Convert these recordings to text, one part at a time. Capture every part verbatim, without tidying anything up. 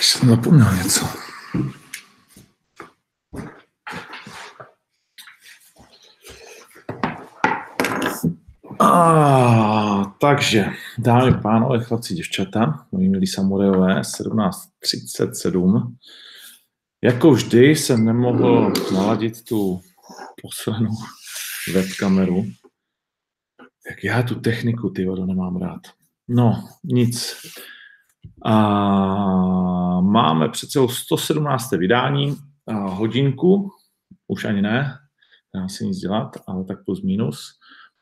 jsem zapomněl něco. A, takže, dámy, pánové, chlapci, děvčata, moji milí samurajové, sedmnáct třicet sedm. Jako vždy jsem nemohl naladit tu poslenou webkameru. Jak já tu techniku, ty vado, nemám rád. No, nic. A máme před sebou sto sedmnácté vydání, a hodinku, už ani ne, nedá se nic dělat, ale tak plus minus.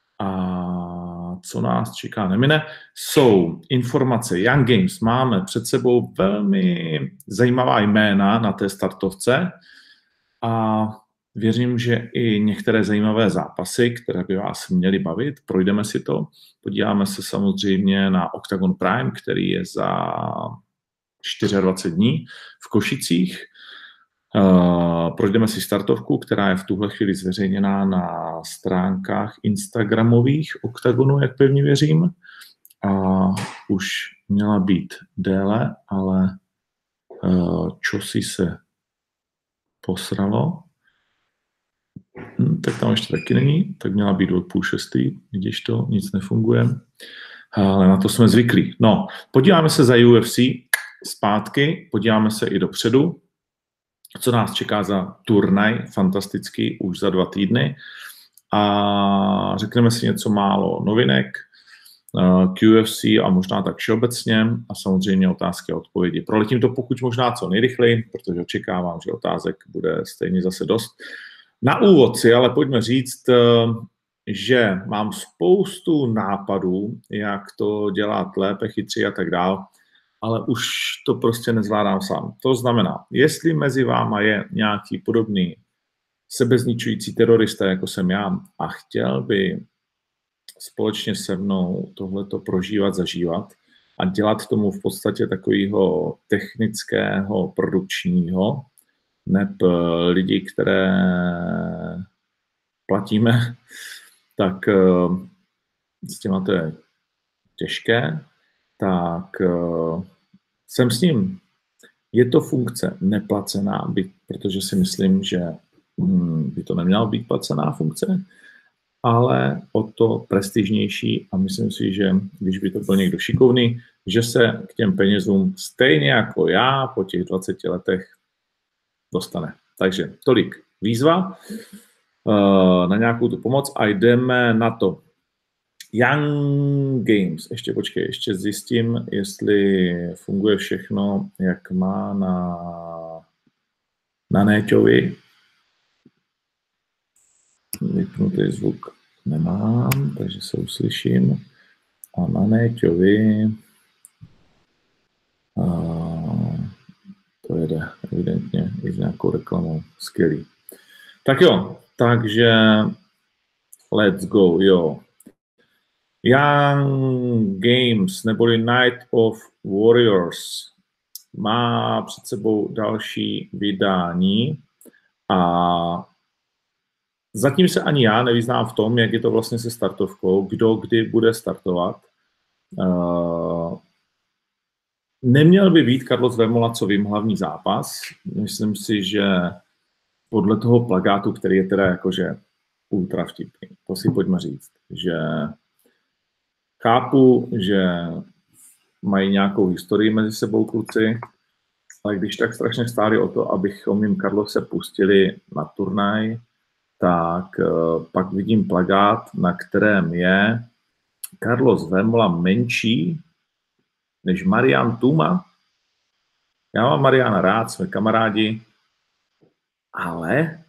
A co nás čeká nemine, jsou informace Young Games. Máme před sebou velmi zajímavá jména na té startovce a věřím, že i některé zajímavé zápasy, které by vás měly bavit. Projdeme si to. Podíváme se samozřejmě na Octagon Prime, který je za dvacet čtyři dní v Košicích. Uh, projdeme si startovku, která je v tuhle chvíli zveřejněná na stránkách instagramových Octagonu, jak pevně věřím. A už měla být déle, ale uh, čosi se posralo. Hm, tak tam ještě taky není, tak měla být od půl šestý, když to nic nefunguje. Ale na to jsme zvyklí. No, podíváme se za U F C zpátky, podíváme se i dopředu, co nás čeká za turnaj, fantastický, už za dva týdny. A řekneme si něco málo novinek k U F C a možná tak všeobecně a samozřejmě otázky a odpovědi. Proletím to pokud možná co nejrychleji, protože očekávám, že otázek bude stejně zase dost. Na úvod si ale pojďme říct, že mám spoustu nápadů, jak to dělat lépe, chytřeji a tak dál, ale už to prostě nezvládám sám. To znamená, jestli mezi váma je nějaký podobný sebezničující terorista, jako jsem já, a chtěl by společně se mnou tohleto prožívat, zažívat a dělat tomu v podstatě takového technického, produkčního, neb lidi, které platíme, tak s těma to je těžké, tak uh, jsem s ním. Je to funkce neplacená, by, protože si myslím, že hm, by to neměla být placená funkce, ale o to prestižnější a myslím si, že když by to byl někdo šikovný, že se k těm penězům stejně jako já po těch dvaceti letech dostane. Takže tolik výzva uh, na nějakou tu pomoc a jdeme na to. Young Games. Ještě počkej, ještě zjistím, jestli funguje všechno, jak má na, na Néťovi. Vypnutý zvuk nemám, takže se uslyším. A na Néťovi a to jede evidentně i s nějakou reklamou. Skvělý. Tak jo, takže let's go, jo. Young Games, neboli Night of Warriors, má před sebou další vydání a zatím se ani já nevyznám v tom, jak je to vlastně se startovkou, kdo kdy bude startovat. Uh, neměl by být Carlos Vemola, co vím, hlavní zápas. Myslím si, že podle toho plakátu, který je teda jakože ultra vtipný, to si pojďme říct, že chápu, že mají nějakou historii mezi sebou kluci, ale když tak strašně stáli o to, abychom jim Carlose pustili na turnaj, tak uh, pak vidím plakát, na kterém je Carlos Vemola menší než Marian Tuma. Já mám Mariana rád, jsme kamarádi, ale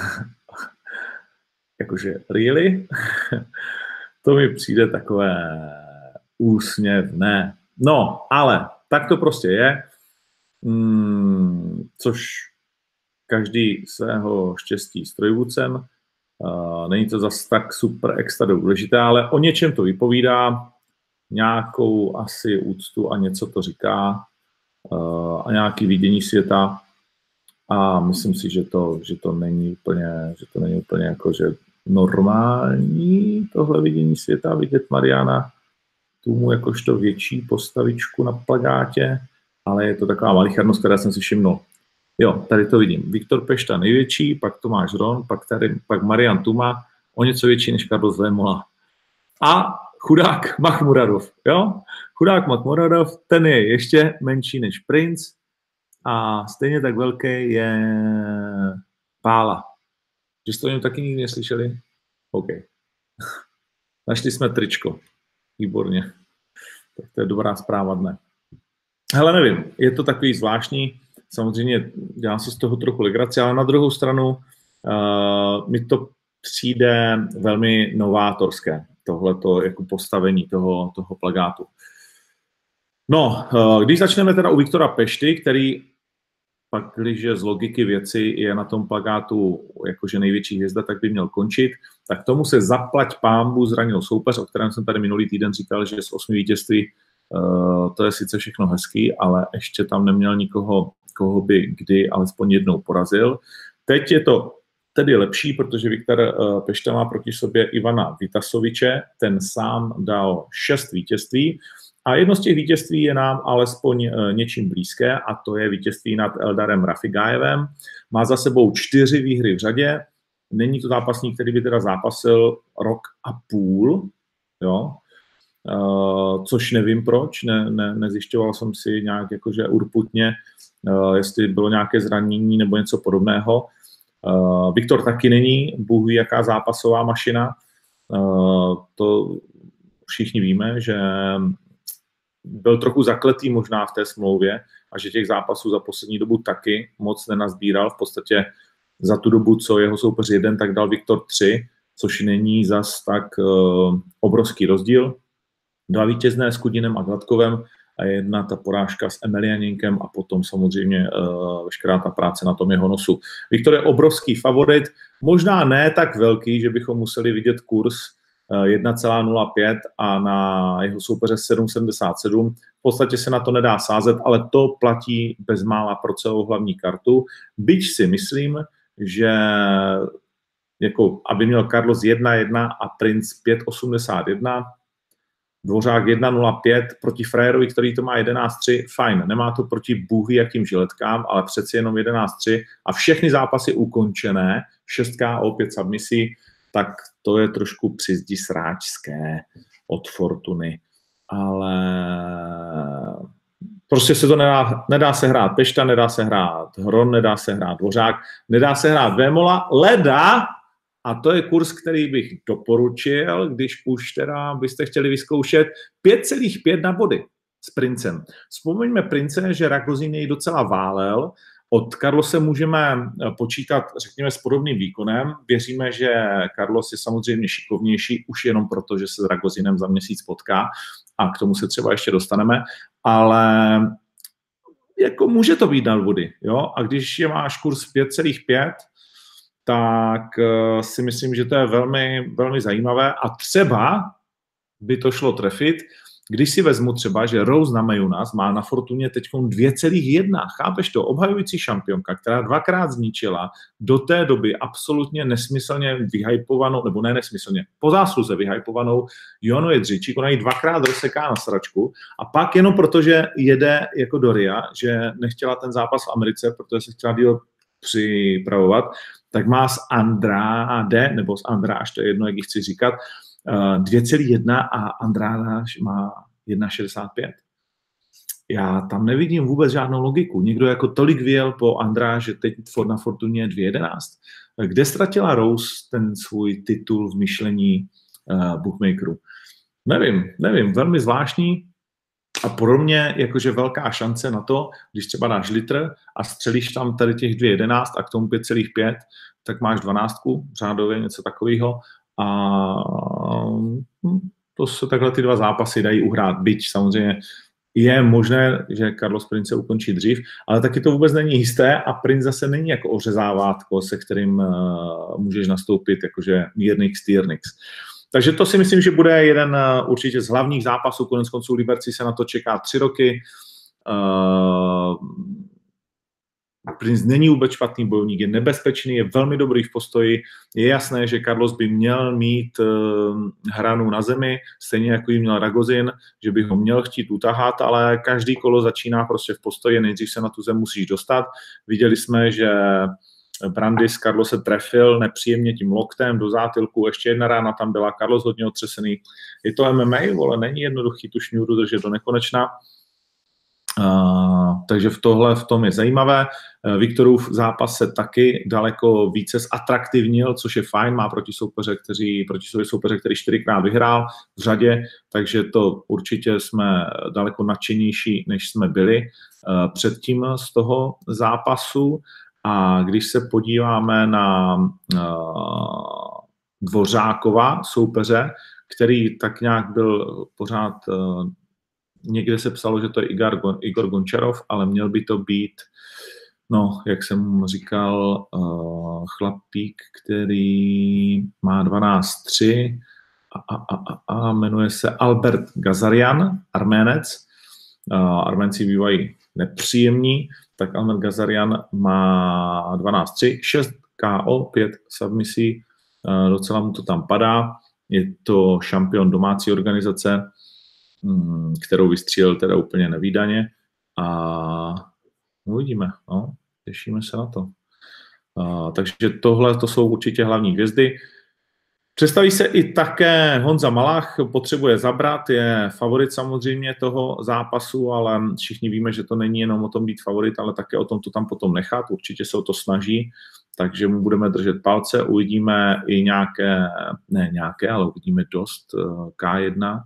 jakože really? To mi přijde takové úsměvné. No, ale tak to prostě je, mm, což každý svého štěstí strojvůdcem. Uh, není to zase tak super extra důležité, ale o něčem to vypovídá, nějakou asi úctu a něco to říká uh, a nějaký vidění světa a myslím si, že to, že to není úplně, že to není úplně jako, že normální tohle vidění světa, vidět Mariana Tumu jakožto větší postavičku na plakátě, ale je to taková malichernost, která jsem si všimnul. Jo, tady to vidím. Viktor Pešta největší, pak Tomáš Ron, pak, tady, pak Marian Tuma, o něco větší než Carlos Vémola. A chudák Makhmuradov, jo? Chudák Makhmuradov, ten je ještě menší než Princ a stejně tak velký je Pála. Že jste o něm taky nikdy neslyšeli? OK. Našli jsme tričko. Výborně. Tak to je dobrá zpráva dne. Hele, nevím, je to takový zvláštní, samozřejmě dělám si z toho trochu legraci, ale na druhou stranu uh, mi to přijde velmi novátorské, tohleto jako postavení toho, toho plakátu. No, uh, když začneme teda u Viktora Pešty, který pak, když z logiky věci je na tom plakátu jakože největší hvězda, tak by měl končit, tak tomu se zaplať pánbu zranil soupeř, o kterém jsem tady minulý týden říkal, že z osmi vítězství uh, to je sice všechno hezký, ale ještě tam neměl nikoho, koho by kdy alespoň jednou porazil. Teď je to tedy lepší, protože Viktor uh, Pešta má proti sobě Ivana Vitasoviče, ten sám dal šest vítězství, a jedno z těch vítězství je nám alespoň uh, něčím blízké, a to je vítězství nad Eldarem Rafigajevem. Má za sebou čtyři výhry v řadě, není to zápasník, který by teda zápasil rok a půl, jo? Uh, což nevím proč, ne, ne, nezjišťoval jsem si nějak jakože urputně, uh, jestli bylo nějaké zranění nebo něco podobného. Uh, Viktor taky není, Bůh ví, jaká zápasová mašina. Uh, to všichni víme, že byl trochu zakletý možná v té smlouvě a že těch zápasů za poslední dobu taky moc nenazbíral. V podstatě za tu dobu, co jeho soupeř jeden, tak dal Viktor tři, což není zas tak uh, obrovský rozdíl. Dva vítězné s Kudinem a Gladkovem a jedna ta porážka s Emelianinkem a potom samozřejmě uh, veškerá ta práce na tom jeho nosu. Viktor je obrovský favorit, možná ne tak velký, že bychom museli vidět kurz uh, jedna celá nula pět a na jeho soupeře sedm celá sedmdesát sedm. V podstatě se na to nedá sázet, ale to platí bezmála pro celou hlavní kartu. Byť si myslím, že jako, aby měl Carlos jedna jedna a Prince pět osmdesát jedna, Dvořák jedna nula pět proti frajerovi, který to má jedenáct tři, fajn, nemá to proti bůhy jakým žiletkám, ale přeci jenom jedenáct tři a všechny zápasy ukončené, šest ká ó, pět submisí, tak to je trošku přizdi sráčské od Fortuny, ale prostě se to nedá, nedá se hrát Pešta, nedá se hrát Hron, nedá se hrát Dvořák, nedá se hrát Vémola, leda. A to je kurz, který bych doporučil, když už teda byste chtěli vyzkoušet pět celá pět na body s Princem. Vzpomeňme Prince, že Ragozin jej docela válel. Od Carlose můžeme počítat, řekněme, s podobným výkonem. Věříme, že Carlos je samozřejmě šikovnější, už jenom proto, že se s Ragozinem za měsíc potká a k tomu se třeba ještě dostaneme, ale jako může to být na body, jo? A když je máš kurz pět celá pět, tak uh, si myslím, že to je velmi, velmi zajímavé a třeba by to šlo trefit, když si vezmu třeba, že Rose Namajunas má na Fortuně teď dvě celá jedna. Chápeš to? Obhajující šampionka, která dvakrát zničila do té doby absolutně nesmyslně vyhypovanou, nebo ne nesmyslně, po zásluze vyhypovanou Joanu Jedřičík, ona ji dvakrát rozseká na sračku a pak jenom proto, že jede jako Doria, že nechtěla ten zápas v Americe, protože se chtěla díl připravovat, tak má z Andrade, nebo z Andráš, to je jedno, jak ji chci říkat, dvě celá jedna a Andráš má jedna celá šedesát pět. Já tam nevidím vůbec žádnou logiku. Někdo jako tolik vyjel po Andráš, že teď na Fortuně je dvě jedenáct. Kde ztratila Rose ten svůj titul v myšlení uh, bookmakerů? Nevím, nevím, velmi zvláštní. A pro mě jakože velká šance na to, když třeba dáš litr a střelíš tam tady těch dvě jedenáct a k tomu pět celá pět, tak máš dvanáctku, řádově něco takového. A to se takhle ty dva zápasy dají uhrát. Byť samozřejmě je možné, že Carlos Prince ukončí dřív, ale taky to vůbec není jisté a Prince zase není jako ořezávátko, se kterým uh, můžeš nastoupit jakože mírnix, týrnix. Takže to si myslím, že bude jeden uh, určitě z hlavních zápasů. Konec konců Liberci se na to čeká tři roky. Uh, Prince není vůbec špatný bojovník, je nebezpečný, je velmi dobrý v postoji. Je jasné, že Carlos by měl mít uh, hranu na zemi, stejně jako ji měl Ragozin, že by ho měl chtít utahat, ale každý kolo začíná prostě v postoji, nejdřív se na tu zem musíš dostat. Viděli jsme, že Brandis Carlos se trefil nepříjemně tím loktem do zátilku, ještě jedna rána tam byla, Carlos hodně otřesený. Je to M M A, vole, není jednoduchý tu šňůru držet do nekonečna. Uh, takže v tohle v tom je zajímavé. Uh, Viktorův zápas se taky daleko více zatraktivnil, což je fajn, má proti soupeře, kteří, proti sobě soupeře, který čtyřikrát vyhrál v řadě, takže to určitě jsme daleko nadšenější, než jsme byli uh, předtím z toho zápasu. A když se podíváme na uh, Dvořákova soupeře, který tak nějak byl pořád uh, někde se psalo, že to je Igor, Igor Gončarov, ale měl by to být, no, jak jsem říkal, uh, chlapík, který má dvanáct tři a, a, a, a jmenuje se Albert Gazarian, Arménec. Uh, Arménci bývají nepříjemní, tak Albert Gazarian má dvanáct tři, šest K O, pět submisí, uh, docela mu to tam padá. Je to šampion domácí organizace, kterou vystřílel teda úplně nevídaně a uvidíme, no, těšíme se na to. A, takže tohle to jsou určitě hlavní hvězdy. Představí se i také Honza Malach, potřebuje zabrat, je favorit samozřejmě toho zápasu, ale všichni víme, že to není jenom o tom být favorit, ale také o tom to tam potom nechat, určitě se o to snaží, takže mu budeme držet palce, uvidíme i nějaké, ne nějaké, ale uvidíme dost K jedna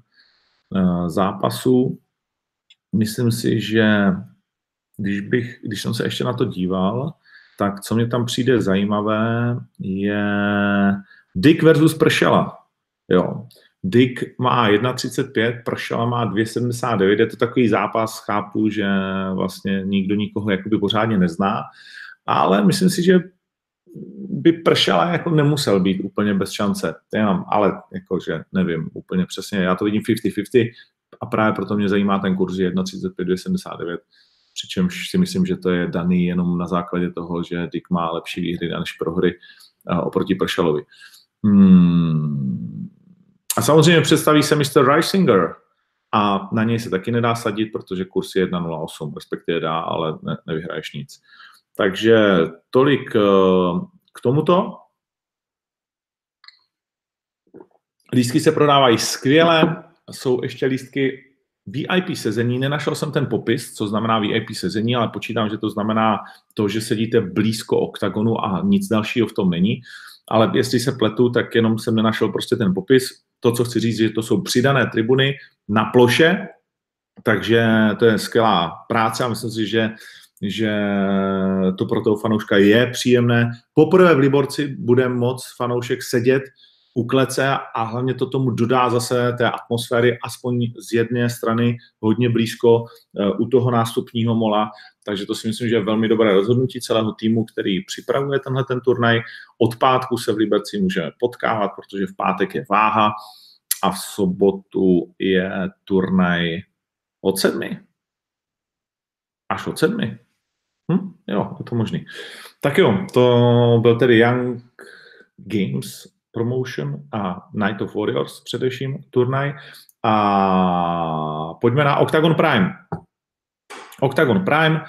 zápasů. Myslím si, že když, bych, když jsem se ještě na to díval, tak co mě tam přijde zajímavé, je Dick versus Pršela. Jo. Dick má jedna třicet pět, Pršela má dvě sedmdesát devět, je to takový zápas, chápu, že vlastně nikdo nikoho jakoby pořádně nezná, ale myslím si, že by Pršela jako nemusel být úplně bez šance. Jenom, ale jakože nevím úplně přesně, já to vidím padesát padesát a právě proto mě zajímá ten kurz jedna třicet pět, dvě sedmdesát devět, přičemž si myslím, že to je daný jenom na základě toho, že Dick má lepší výhry než prohry uh, oproti Pršelovi. Hmm. A samozřejmě představí se mister Reisinger a na něj se taky nedá sadit, protože kurz je jedna nula osm, respektive dá, ale ne, nevyhraješ nic. Takže tolik uh, k tomuto. Lístky se prodávají skvěle, jsou ještě lístky V I P sezení, nenašel jsem ten popis, co znamená V I P sezení, ale počítám, že to znamená to, že sedíte blízko oktagonu a nic dalšího v tom není, ale jestli se pletu, tak jenom jsem nenašel prostě ten popis. To, co chci říct, že to jsou přidané tribuny na ploše, takže to je skvělá práce a myslím si, že že to pro toho fanouška je příjemné. Poprvé v Liborci bude moc fanoušek sedět u klece a hlavně to tomu dodá zase té atmosféry, aspoň z jedné strany hodně blízko uh, u toho nástupního mola, takže to si myslím, že je velmi dobré rozhodnutí celého týmu, který připravuje tenhle ten turnaj. Od pátku se v Liberci můžeme potkávat, protože v pátek je váha a v sobotu je turnaj od sedmi. Až od sedmi. Hm? Jo, je to možný. Tak jo, to byl tedy Young Games Promotion a Night of Warriors především turnaj. A pojďme na Octagon Prime. Octagon Prime.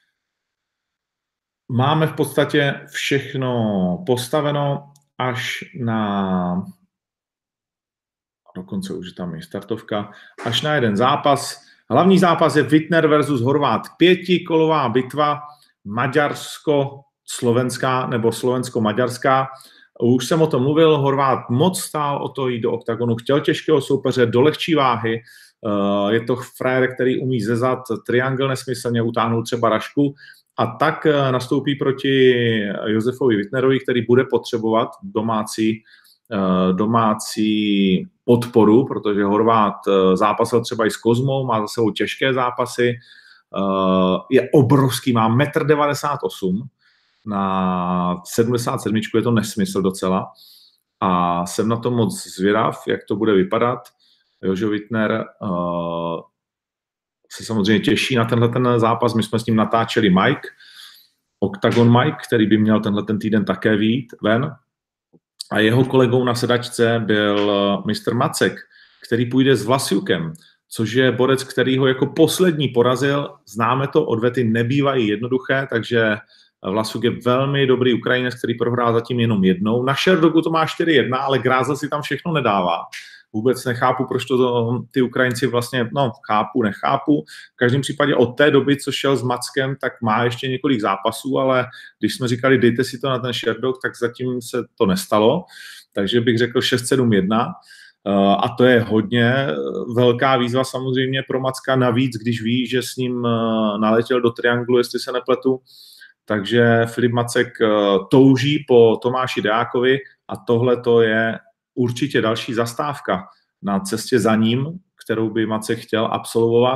Máme v podstatě všechno postaveno až na, dokonce už tam je startovka, až na jeden zápas. Hlavní zápas je Wittner versus Horvát. Pětikolová bitva maďarsko-slovenská nebo slovensko-maďarská. Už jsem o tom mluvil, Horvát moc stál o to jít do oktagonu, chtěl těžkého soupeře do lehčí váhy. Je to frajer, který umí zezat triangle nesmyslně, utáhnul třeba Rašku a tak nastoupí proti Josefovi Wittnerovi, který bude potřebovat domácí domácí podporu, protože Horvát zápasil třeba i s Kozmou, má za sebou těžké zápasy, je obrovský, má metr devadesát osm, na sedmdesát sedm je to nesmysl docela a jsem na to moc zvědav, jak to bude vypadat. Jožo Wittner se samozřejmě těší na tenhle ten zápas, my jsme s ním natáčeli Mike Octagon Mike, který by měl tenhle ten týden také vyjít ven. A jeho kolegou na sedačce byl mister Macek, který půjde s Vlasiukem, což je borec, který ho jako poslední porazil. Známe to, odvety nebývají jednoduché, takže Vlasiuk je velmi dobrý Ukrajinec, který prohrál zatím jenom jednou. Na Sherdogu to má čtyři jedna, ale Gráza si tam všechno nedává. Vůbec nechápu, proč to ty Ukrajinci vlastně, no chápu, nechápu. V každém případě od té doby, co šel s Mackem, tak má ještě několik zápasů, ale když jsme říkali, dejte si to na ten Sherdog, tak zatím se to nestalo. Takže bych řekl šest sedm jedna. A to je hodně velká výzva samozřejmě pro Macka, navíc, když ví, že s ním naletěl do trianglu, jestli se nepletu. Takže Filip Macek touží po Tomáši Deákovi a tohle to je určitě další zastávka na cestě za ním, kterou by Macek chtěl absolvovat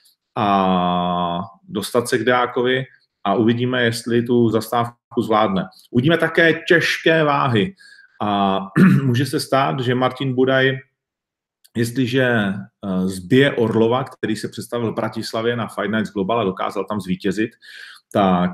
a dostat se k Deákovi a uvidíme, jestli tu zastávku zvládne. Uvidíme také těžké váhy a může se stát, že Martin Budaj, jestliže zbije Orlova, který se představil v Bratislavě na Fight Nights Global a dokázal tam zvítězit, tak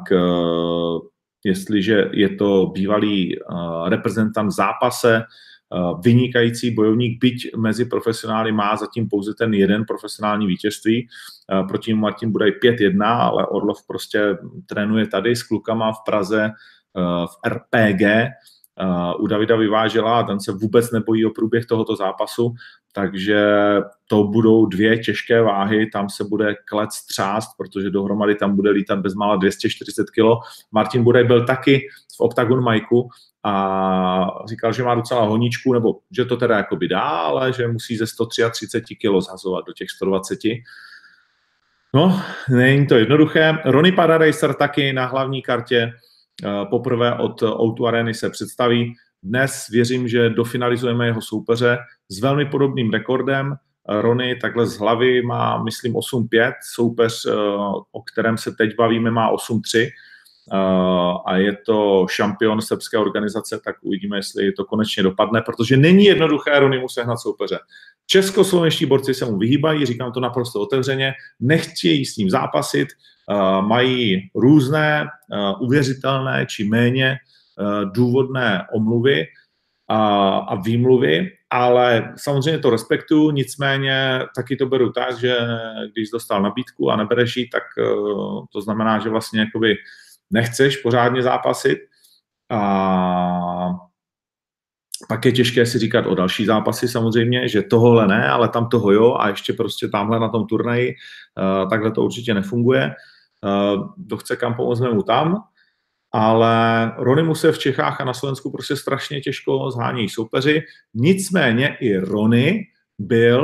jestliže je to bývalý reprezentant v zápase, vynikající bojovník, byť mezi profesionály má zatím pouze ten jeden profesionální vítězství. Proti Martin Budaj pět jedna, ale Orlov prostě trénuje tady s klukama v Praze v R P G u Davida Vyvážela a ten se vůbec nebojí o průběh tohoto zápasu, takže to budou dvě těžké váhy, tam se bude klec třást, protože dohromady tam bude lítat bezmála dvě stě čtyřicet kilo. Martin Budaj byl taky v Octagon Majku a říkal, že má docela honičku, nebo že to teda jakoby dá, ale že musí ze sto třicet tři kilo zhazovat do těch sto dvacet. No, není to jednoduché. Ronnie Pararacer taky na hlavní kartě poprvé od O dva Areny se představí. Dnes věřím, že dofinalizujeme jeho soupeře s velmi podobným rekordem. Ronnie takhle z hlavy má, myslím, osm pět, soupeř, o kterém se teď bavíme, má osm tři a je to šampion srbské organizace, tak uvidíme, jestli to konečně dopadne, protože není jednoduché Ronniemu sehnat soupeře. Českoslovenští borci se mu vyhýbají, říkám to naprosto otevřeně, nechtějí s ním zápasit, mají různé uvěřitelné či méně důvodné omluvy a, a výmluvy, ale samozřejmě to respektuju, nicméně taky to beru tak, že když dostal nabídku a nebereš ji, tak to znamená, že vlastně jakoby nechceš pořádně zápasit a pak je těžké si říkat o další zápasy samozřejmě, že tohle ne, ale tam toho jo a ještě prostě tamhle na tom turnaji takhle to určitě nefunguje. Kdo chce kam pomoct, mu tam. Ale Ronniemu se v Čechách a na Slovensku prostě strašně těžko zhánějí soupeři. Nicméně i Ronnie byl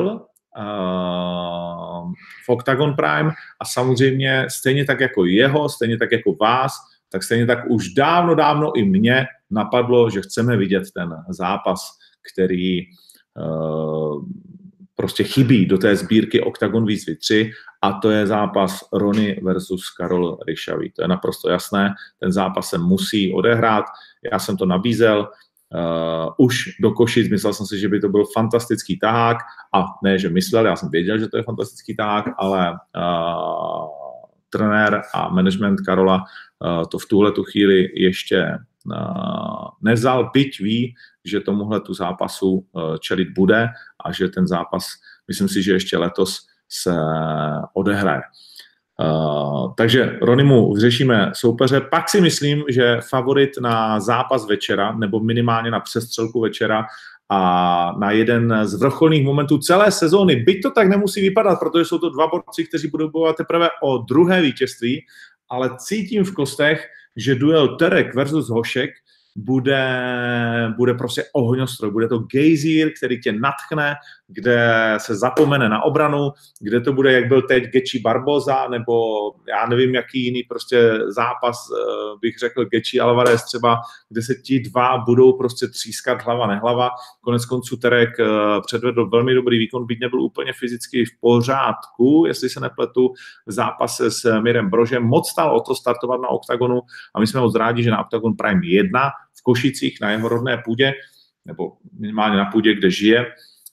uh, v Octagon Prime a samozřejmě stejně tak jako jeho, stejně tak jako vás, tak stejně tak už dávno, dávno i mě napadlo, že chceme vidět ten zápas, který uh, prostě chybí do té sbírky Octagon výzvy tři a to je zápas Ronnie versus Karol Ryšavý. To je naprosto jasné, ten zápas se musí odehrát. Já jsem to nabízel uh, už do Košic, myslel jsem si, že by to byl fantastický tahák a ne, že myslel, já jsem věděl, že to je fantastický tahák, ale uh, trenér a management Karola uh, to v tuhletu chvíli ještě uh, nevzal, byť ví, že tomuhle tu zápasu uh, čelit bude a že ten zápas, myslím si, že ještě letos se odehraje. Uh, takže Ronniemu vyřešíme soupeře. Pak si myslím, že favorit na zápas večera, nebo minimálně na přestřelku večera a na jeden z vrcholných momentů celé sezóny, byť to tak nemusí vypadat, protože jsou to dva borci, kteří budou bojovat teprve o druhé vítězství, ale cítím v kostech, že duel Terek versus Hošek bude, bude prostě ohňostroj. Bude to gejzír, který tě natchne, kde se zapomene na obranu, kde to bude, jak byl teď Gechi Barboza, nebo já nevím, jaký jiný prostě zápas, bych řekl Gechi Alvarez třeba, kde se ti dva budou prostě třískat hlava nehlava. Konec konců Terek předvedl velmi dobrý výkon, byť nebyl úplně fyzicky v pořádku, jestli se nepletu, v zápase s Mirem Brožem. Moc stál o to startovat na Octagonu a my jsme moc rádi, že na Octagon Prime jedna v Košicích na jeho rodné půdě, nebo minimálně na půdě, kde žije,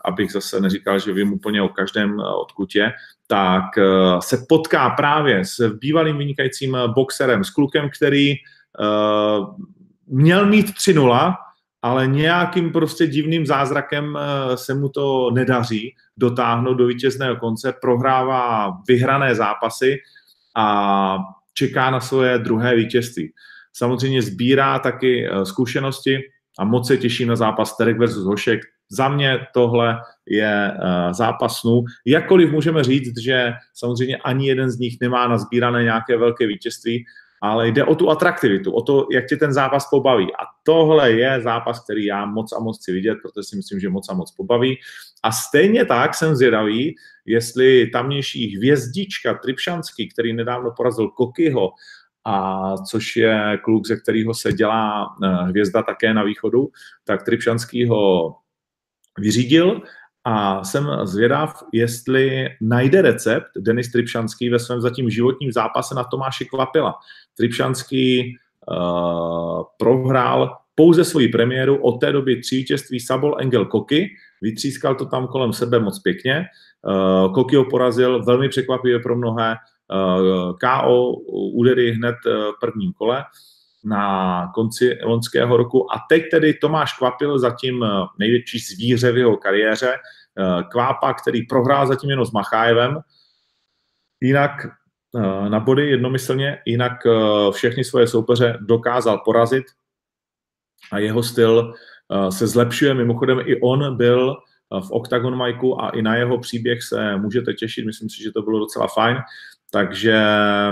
abych zase neříkal, že vím úplně o každém odkud je, tak se potká právě s bývalým vynikajícím boxerem, s klukem, který uh, měl mít tři nula, ale nějakým prostě divným zázrakem se mu to nedaří dotáhnout do vítězného konce, prohrává vyhrané zápasy a čeká na svoje druhé vítězství. Samozřejmě sbírá taky zkušenosti a moc se těším na zápas Terek versus Hošek. Za mě tohle je zápas snů. Jakkoliv můžeme říct, že samozřejmě ani jeden z nich nemá nazbírané nějaké velké vítězství, ale jde o tu atraktivitu, o to, jak tě ten zápas pobaví. A tohle je zápas, který já moc a moc chci vidět, protože si myslím, že moc a moc pobaví. A stejně tak jsem zvědavý, jestli tamnější hvězdička Tripšanský, který nedávno porazil Kokyho, a což je kluk, ze kterého se dělá hvězda také na východu, tak Tripšanský ho vyřídil. A jsem zvědav, jestli najde recept Denis Tripšanský ve svém zatím životním zápase na Tomáše Kvapila. Tripšanský uh, prohrál pouze svoji premiéru, od té doby tři vítězství Sabol, Engel, Koky, vytřískal to tam kolem sebe moc pěkně. Uh, Koky ho porazil velmi překvapivě pro mnohé, uh, K O údery hned v prvním kole na konci loňského roku. A teď tedy Tomáš Kvapil, zatím největší zvíře v jeho kariéře, Kvápa, který prohrál zatím jenom s Machájevem, jinak na body jednomyslně, jinak všechny svoje soupeře dokázal porazit a jeho styl se zlepšuje. Mimochodem i on byl v Octagon Micu a i na jeho příběh se můžete těšit. Myslím si, že to bylo docela fajn. Takže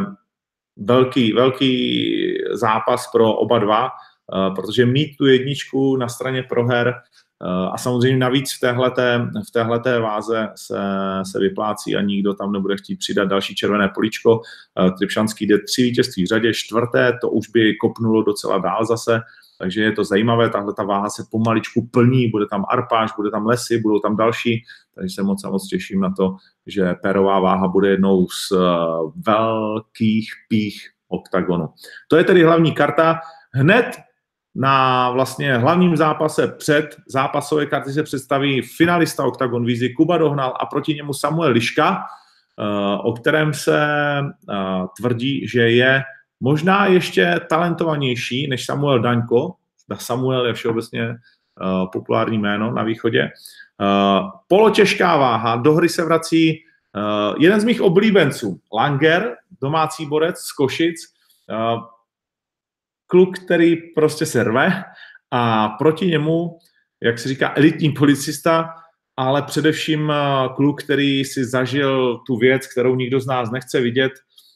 velký, velký zápas pro oba dva, protože mít tu jedničku na straně proher a samozřejmě navíc v téhleté, v téhleté váze se, se vyplácí a nikdo tam nebude chtít přidat další červené políčko. Tripšanský jde tři vítězství v řadě, čtvrté, to už by kopnulo docela dál zase, takže je to zajímavé, tahle ta váha se pomaličku plní, bude tam Arpáš, bude tam Lesy, budou tam další, takže se moc a moc těším na to, že pérová váha bude jednou z velkých pých oktagonu. To je tedy hlavní karta. Hned na vlastně hlavním zápase před zápasové karty se představí finalista Octagon výzvy Kuba Dohnal a proti němu Samuel Liška, o kterém se tvrdí, že je možná ještě talentovanější než Samuel Daňko. Samuel je všeobecně populární jméno na východě. Polotěžká váha, do hry se vrací jeden z mých oblíbenců, Langer, domácí borec z Košic, kluk, který prostě se rve a proti němu, jak se říká, elitní policista, ale především kluk, který si zažil tu věc, kterou nikdo z nás nechce vidět,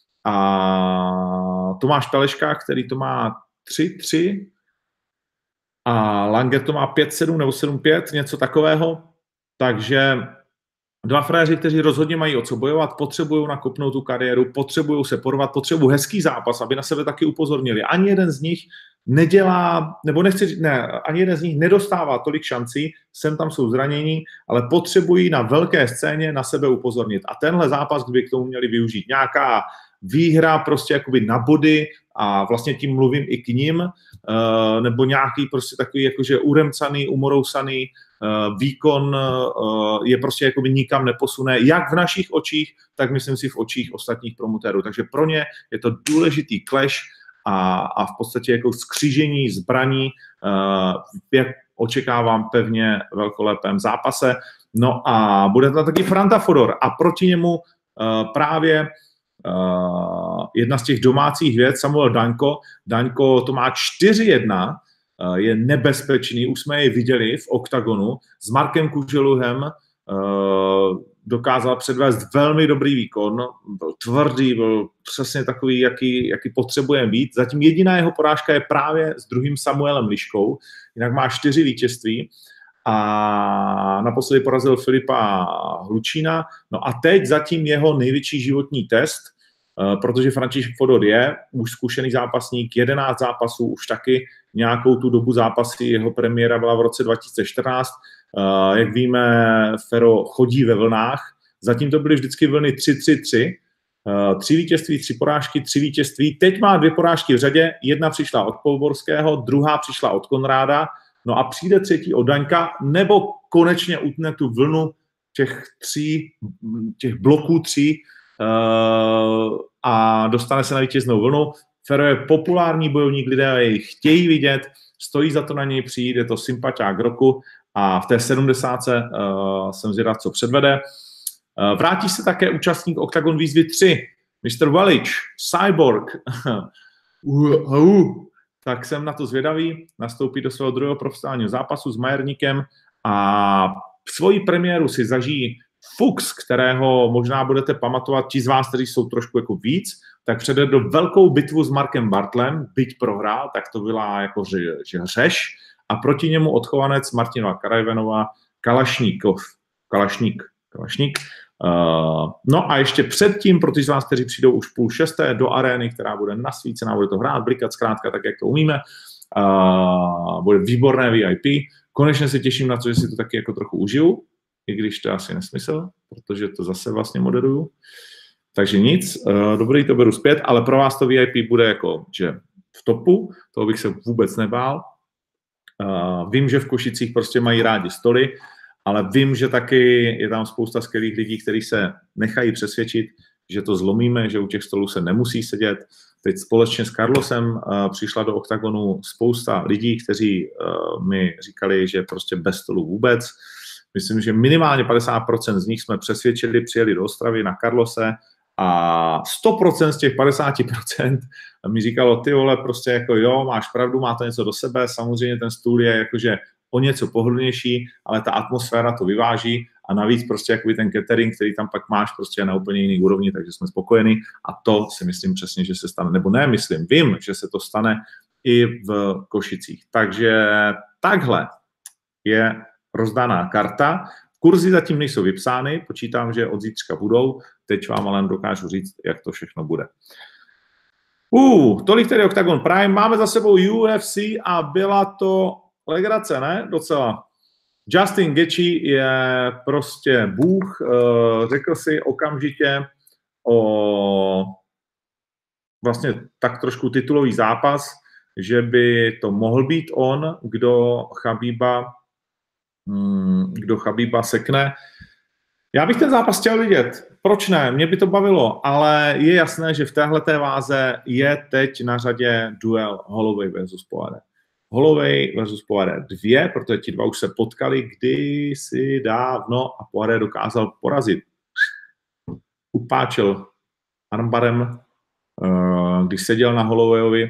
a Tomáš Peleška, který to má tři tři a Langer to má pět sedm nebo sedm pět, něco takového, takže dva frajeři, kteří rozhodně mají o co bojovat, potřebují nakopnout tu kariéru, potřebují se porvat, potřebují hezký zápas, aby na sebe taky upozornili. Ani jeden z nich nedělá, nebo nechci říct, ne, ani jeden z nich nedostává tolik šancí, sem tam jsou zranění, ale potřebují na velké scéně na sebe upozornit. A tenhle zápas, kdyby k tomu měli využít nějaká výhra prostě jakoby na body a vlastně tím mluvím i k ním, uh, nebo nějaký prostě takový jakože uremcaný, umorousaný uh, výkon uh, je prostě jakoby nikam neposune, jak v našich očích, tak myslím si v očích ostatních promotérů. Takže pro ně je to důležitý clash a, a v podstatě jako skřížení zbraní, uh, jak očekávám pevně velkolepém zápase. No a bude to taky Franta Fodor a proti němu uh, právě Uh, jedna z těch domácích věc, Samuel Daňko. Daňko to má čtyři jedna, uh, je nebezpečný, už jsme jej viděli v oktagonu. S Markem Kuželuhem uh, dokázal předvést velmi dobrý výkon, byl tvrdý, byl přesně takový, jaký, jaký potřebujeme být. Zatím jediná jeho porážka je právě s druhým Samuelem Liškou, jinak má čtyři vítězství. A naposledy porazil Filipa Hlučína. No a teď zatím jeho největší životní test, protože František Fodor je už zkušený zápasník, jedenáct zápasů, už taky nějakou tu dobu zápasy, jeho premiéra byla v roce dva tisíce čtrnáct. Jak víme, Fero chodí ve vlnách, zatím to byly vždycky vlny tři tři tři, tři vítězství, tři porážky, tři vítězství. Teď má dvě porážky v řadě, jedna přišla od Polborského, druhá přišla od Konráda, No a přijde třetí od Daňka, nebo konečně utne tu vlnu těch tří, těch bloků tří uh, a dostane se na vítěznou vlnu. Fero je populární bojovník, lidé jej chtějí vidět, stojí za to na něj přijít, je to sympatiák roku a v té sedmdesátce uh, jsem zvědav, co předvede. Uh, vrátí se také účastník Octagon výzvy tři, mister Wellich, Cyborg. uh, uh. Tak jsem na to zvědavý, nastoupí do svého druhého profesionálního zápasu s Majerníkem a svoji premiéru si zažijí Fuchs, kterého možná budete pamatovat, ti z vás, kteří jsou trošku jako víc, tak předvedl velkou bitvu s Markem Bartlem, byť prohrál, tak to byla jako že řeš a proti němu odchovanec Martinova Karajvenova Kalašníkov, Kalašník, Kalašník. Uh, no a ještě předtím, pro ty z vás, kteří přijdou už půl šesté do arény, která bude nasvícená, bude to hrát, blikat zkrátka tak, jak to umíme, uh, bude výborné V I P. Konečně se těším na to, že si to taky jako trochu užiju, i když to je asi nesmysl, protože to zase vlastně moderuju. Takže nic, uh, dobrý, to beru zpět, ale pro vás to V I P bude jako, že v topu, toho bych se vůbec nebál. Uh, vím, že v Košicích prostě mají rádi stoly, ale vím, že taky je tam spousta skvělých lidí, kteří se nechají přesvědčit, že to zlomíme, že u těch stolů se nemusí sedět. Teď společně s Carlosem uh, přišla do Octagonu spousta lidí, kteří uh, mi říkali, že prostě bez stolu vůbec. Myslím, že minimálně padesát procent z nich jsme přesvědčili, přijeli do Ostravy na Carlose a sto procent z těch padesát procent mi říkalo, ty vole, prostě jako jo, máš pravdu, má to něco do sebe, samozřejmě ten stůl je jakože o něco pohodlnější, ale ta atmosféra to vyváží a navíc prostě jakoby ten catering, který tam pak máš, prostě je na úplně jiný úrovni, takže jsme spokojení a to si myslím přesně, že se stane, nebo ne, myslím, vím, že se to stane i v Košicích. Takže takhle je rozdaná karta. Kurzy zatím nejsou vypsány, počítám, že od zítřka budou, teď vám ale dokážu říct, jak to všechno bude. Uh, tolik tedy Octagon Prime, máme za sebou U F C a byla to legrace, ne? Docela. Justin Gaethje je prostě bůh, řekl si okamžitě o vlastně tak trošku titulový zápas, že by to mohl být on, kdo Khabíba, kdo Khabíba sekne. Já bych ten zápas chtěl vidět. Proč ne? Mě by to bavilo, ale je jasné, že v téhleté váze je teď na řadě duel Holloway versus Poirier. Holloway versus Poirier dvě, protože ti dva už se potkali kdysi dávno a Poirier dokázal porazit. Upáčil armbarem, když seděl na Hollowayovi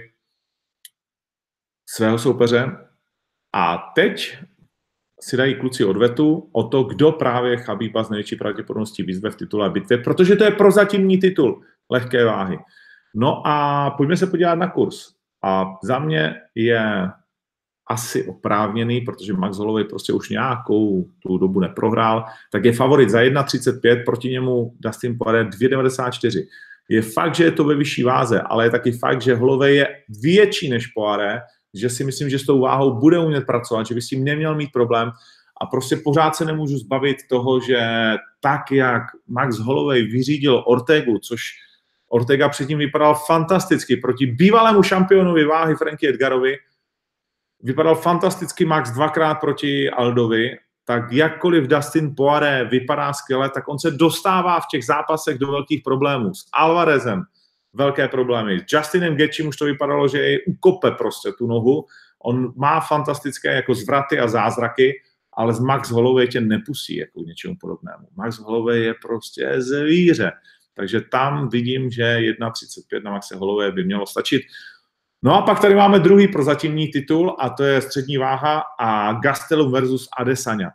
svého soupeře a teď si dají kluci odvetu o to, kdo právě Khabíba z největší pravděpodobností vyzve v titulové bitvě, protože to je prozatímní titul lehké váhy. No a pojďme se podívat na kurz. A za mě je asi oprávněný, protože Max Holloway prostě už nějakou tu dobu neprohrál, tak je favorit za jedna třicet pět, proti němu Dustin Poirier dvě devadesát čtyři. Je fakt, že je to ve vyšší váze, ale je taky fakt, že Holloway je větší než Poirier, že si myslím, že s tou váhou bude umět pracovat, že by s tím neměl mít problém a prostě pořád se nemůžu zbavit toho, že tak, jak Max Holloway vyřídil Ortegu, což Ortega předtím vypadal fantasticky proti bývalému šampionovi váhy Frankie Edgarovi, vypadal fantasticky Max dvakrát proti Aldovi, tak jakkoliv Dustin Poirier vypadá skvěle, tak on se dostává v těch zápasech do velkých problémů. S Alvarezem velké problémy. S Justinem Gaethjem už to vypadalo, že jej ukope prostě tu nohu. On má fantastické jako zvraty a zázraky, ale z Max Holloway tě nepustí jako k něčemu podobnému. Max Holloway je prostě zvíře. Takže tam vidím, že jedna třicet pět na Maxe Holloway by mělo stačit. No a pak tady máme druhý prozatímní titul a to je střední váha a Gastelum versus Adesanya.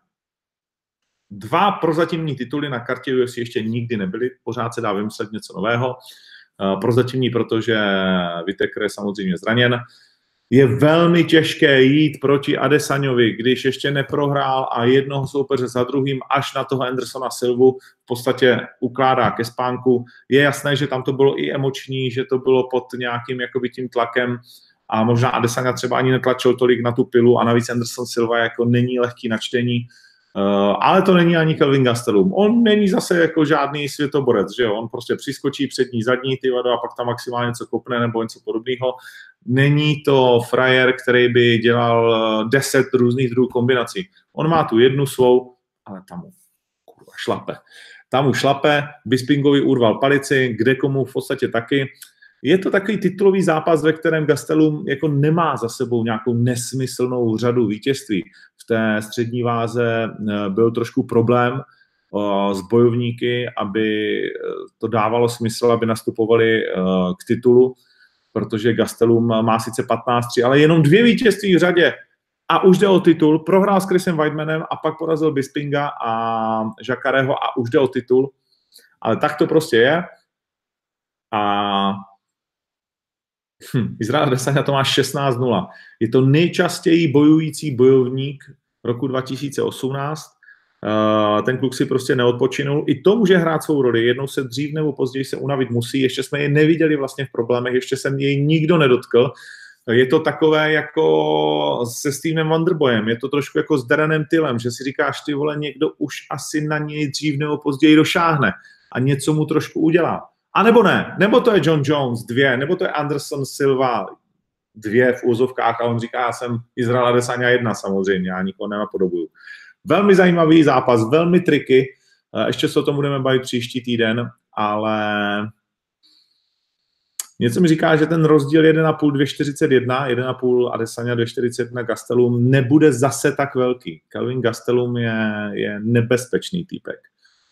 Dva prozatímní tituly na kartě U F C ještě nikdy nebyly, pořád se dá vymyslet něco nového. Prozatímní, protože Whittaker je samozřejmě zraněn. Je velmi těžké jít proti Adesanyovi, když ještě neprohrál a jednoho soupeře za druhým až na toho Andersona Silvu v podstatě ukládá ke spánku. Je jasné, že tam to bylo i emoční, že to bylo pod nějakým jakoby tím tlakem a možná Adesanya třeba ani netlačil tolik na tu pilu a navíc Anderson Silva jako není lehký na čtení. Uh, ale to není ani Kelvin Gastelum. On není zase jako žádný světoborec, že jo? On prostě přiskočí přední, zadní, ty vado, a pak tam maximálně něco kopne nebo něco podobného. Není to frajer, který by dělal deset různých druhů kombinací. On má tu jednu svou, ale tam mu kurva šlape. Tam mu šlape, Bispingovi urval palici, kde komu v podstatě taky. Je to takový titulový zápas, ve kterém Gastelum jako nemá za sebou nějakou nesmyslnou řadu vítězství. V té střední váze byl trošku problém s bojovníky, aby to dávalo smysl, aby nastupovali k titulu, protože Gastelum má sice patnáct tři, ale jenom dvě vítězství v řadě a už jde o titul. Prohrál s Chrisem Weidmanem a pak porazil Bispinga a Jacquereho a už jde o titul. Ale tak to prostě je. A hm, Israel Adesanya to má šestnáct nula. Je to nejčastěji bojující bojovník roku dva tisíce osmnáct. Uh, ten kluk si prostě neodpočinul. I to může hrát svou roli. Jednou se dřív nebo později se unavit musí. Ještě jsme je neviděli vlastně v problémech, ještě jsem jej nikdo nedotkl. Je to takové jako se Stevem Wonderboyem. Je to trošku jako s Darrenem Tillem, že si říkáš, ty vole, někdo už asi na něj dřív nebo později došáhne a něco mu trošku udělá. A nebo ne. Nebo to je John Jones dvě, nebo to je Anderson Silva dvě v úzovkách a on říká, já jsem Israel Adesanya jedna samozřejmě, já nikoho nenapodobuju. Velmi zajímavý zápas, velmi triky. Ještě se o tom budeme bavit příští týden, ale něco mi říká, že ten rozdíl jedna celá pět, dvě čtyřicet jedna, jedna celá pět Adesanya, dvě čtyřicet jedna Gastelum nebude zase tak velký. Kelvin Gastelum je, je nebezpečný týpek.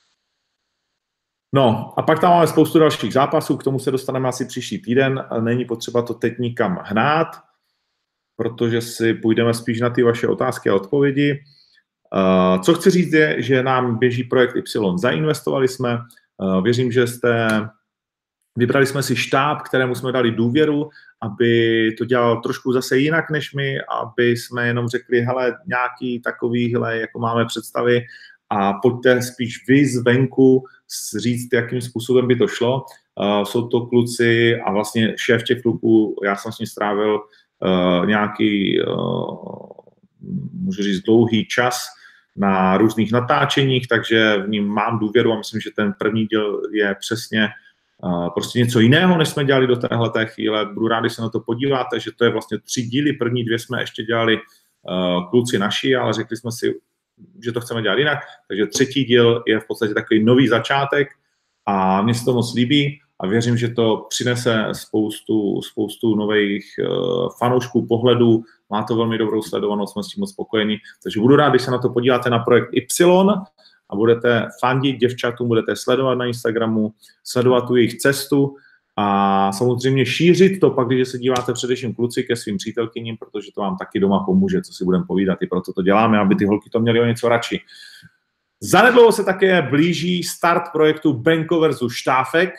No a pak tam máme spoustu dalších zápasů, k tomu se dostaneme asi příští týden. Není potřeba to teď nikam hnát, protože si půjdeme spíš na ty vaše otázky a odpovědi. Uh, co chci říct je, že nám běží projekt Y. Zainvestovali jsme, uh, věřím, že jste, vybrali jsme si štáb, kterému jsme dali důvěru, aby to dělal trošku zase jinak než my, aby jsme jenom řekli, hele, nějaký takovýhle, jako máme představy a pojďte spíš vy zvenku říct, jakým způsobem by to šlo. Uh, jsou to kluci a vlastně šéf těch kluků, já jsem s ním strávil uh, nějaký, uh, můžu říct, dlouhý čas na různých natáčeních, takže v ním mám důvěru a myslím, že ten první díl je přesně uh, prostě něco jiného, než jsme dělali do téhleté chvíle. Budu rád, když se na to podíváte, že to je vlastně tři díly. První dvě jsme ještě dělali uh, kluci naši, ale řekli jsme si, že to chceme dělat jinak. Takže třetí díl je v podstatě takový nový začátek a mně se to moc líbí a věřím, že to přinese spoustu, spoustu nových uh, fanoušků, pohledů. Má to velmi dobrou sledovanost, jsme s tím moc spokojení. Takže budu rád, když se na to podíváte na projekt Y a budete fandit děvčatům, budete sledovat na Instagramu, sledovat tu jejich cestu a samozřejmě šířit to pak, když se díváte především kluci ke svým přítelkyním, protože to vám taky doma pomůže, co si budeme povídat. I proto to děláme, aby ty holky to měly o něco radši. Zanedlouho se také blíží start projektu Benko versus Štáfek.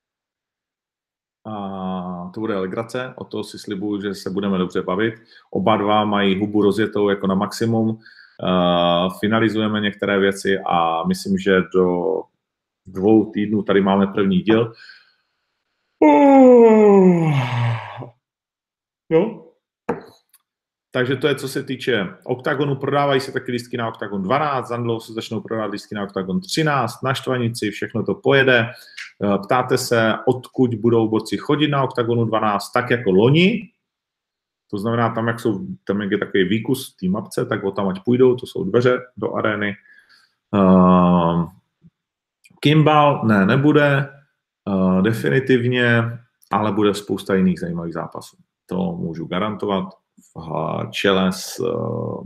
A to bude legrace, o to si slibuju, že se budeme dobře bavit. Oba dva mají hubu rozjetou jako na maximum. Uh, finalizujeme některé věci a myslím, že do dvou týdnů tady máme první díl. Uh, jo. Takže to je, co se týče OKTAGONu. Prodávají se taky lístky na OKTAGON dvanáct, zanedlouho se začnou prodávat lístky na OKTAGON třináct, na Štvanici, všechno to pojede. Ptáte se, odkud budou borci chodit na OKTAGONu dvanáct, tak jako loni. To znamená, tam, jak jsou, tam jak je takový výkus v té mapce, tak o tam ať půjdou, to jsou dveře do arény. Uh, Kimball, ne, nebude, uh, definitivně, ale bude spousta jiných zajímavých zápasů. To můžu garantovat. V čele s uh,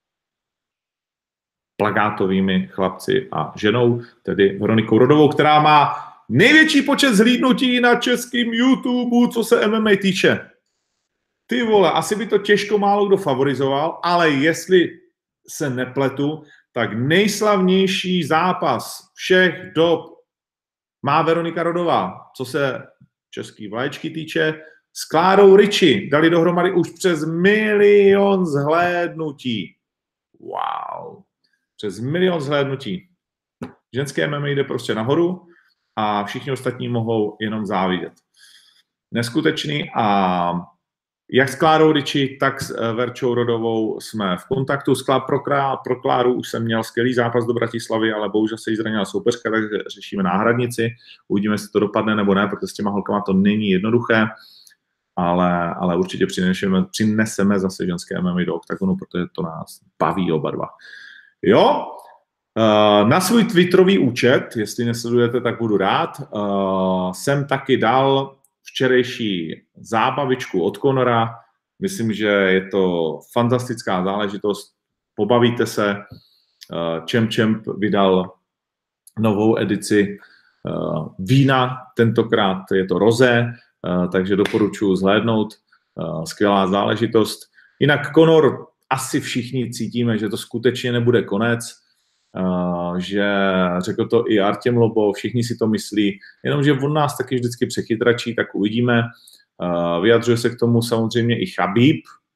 plakátovými chlapci a ženou, tedy Veronikou Rodovou, která má největší počet zhlídnutí na českém YouTube, co se M M A týče. Ty vole, asi by to těžko málo kdo favorizoval, ale jestli se nepletu, tak nejslavnější zápas všech dob má Veronika Rodová, co se český vlaječky týče, s Klárou Ritchie. Dali dohromady už přes milion zhlédnutí. Wow. Přes milion zhlédnutí. Ženské M M A jde prostě nahoru a všichni ostatní mohou jenom závidět. Neskutečný a jak s Klárou Ritchie, tak s Verčou Rodovou jsme v kontaktu. Pro, Klá, pro Kláru už jsem měl skvělý zápas do Bratislavy, ale bohužel se jí zranila soupeřka, takže řešíme náhradnici. Uvidíme, jestli to dopadne nebo ne, protože s těma holkama to není jednoduché. ale, ale určitě přineseme, přineseme zase ženské M M A do oktagonu, protože to nás baví oba dva. Jo, na svůj twitterový účet, jestli nesledujete, tak budu rád, jsem taky dal včerejší zábavičku od Conora. Myslím, že je to fantastická záležitost. Pobavíte se. Champ Champ vydal novou edici vína, tentokrát je to rosé, takže doporučuji zhlédnout. Skvělá záležitost. Jinak Conor, asi všichni cítíme, že to skutečně nebude konec, že řekl to i Artem Lobo, všichni si to myslí, jenomže on nás taky vždycky přechytračí, tak uvidíme. Vyjadřuje se k tomu samozřejmě i Khabib,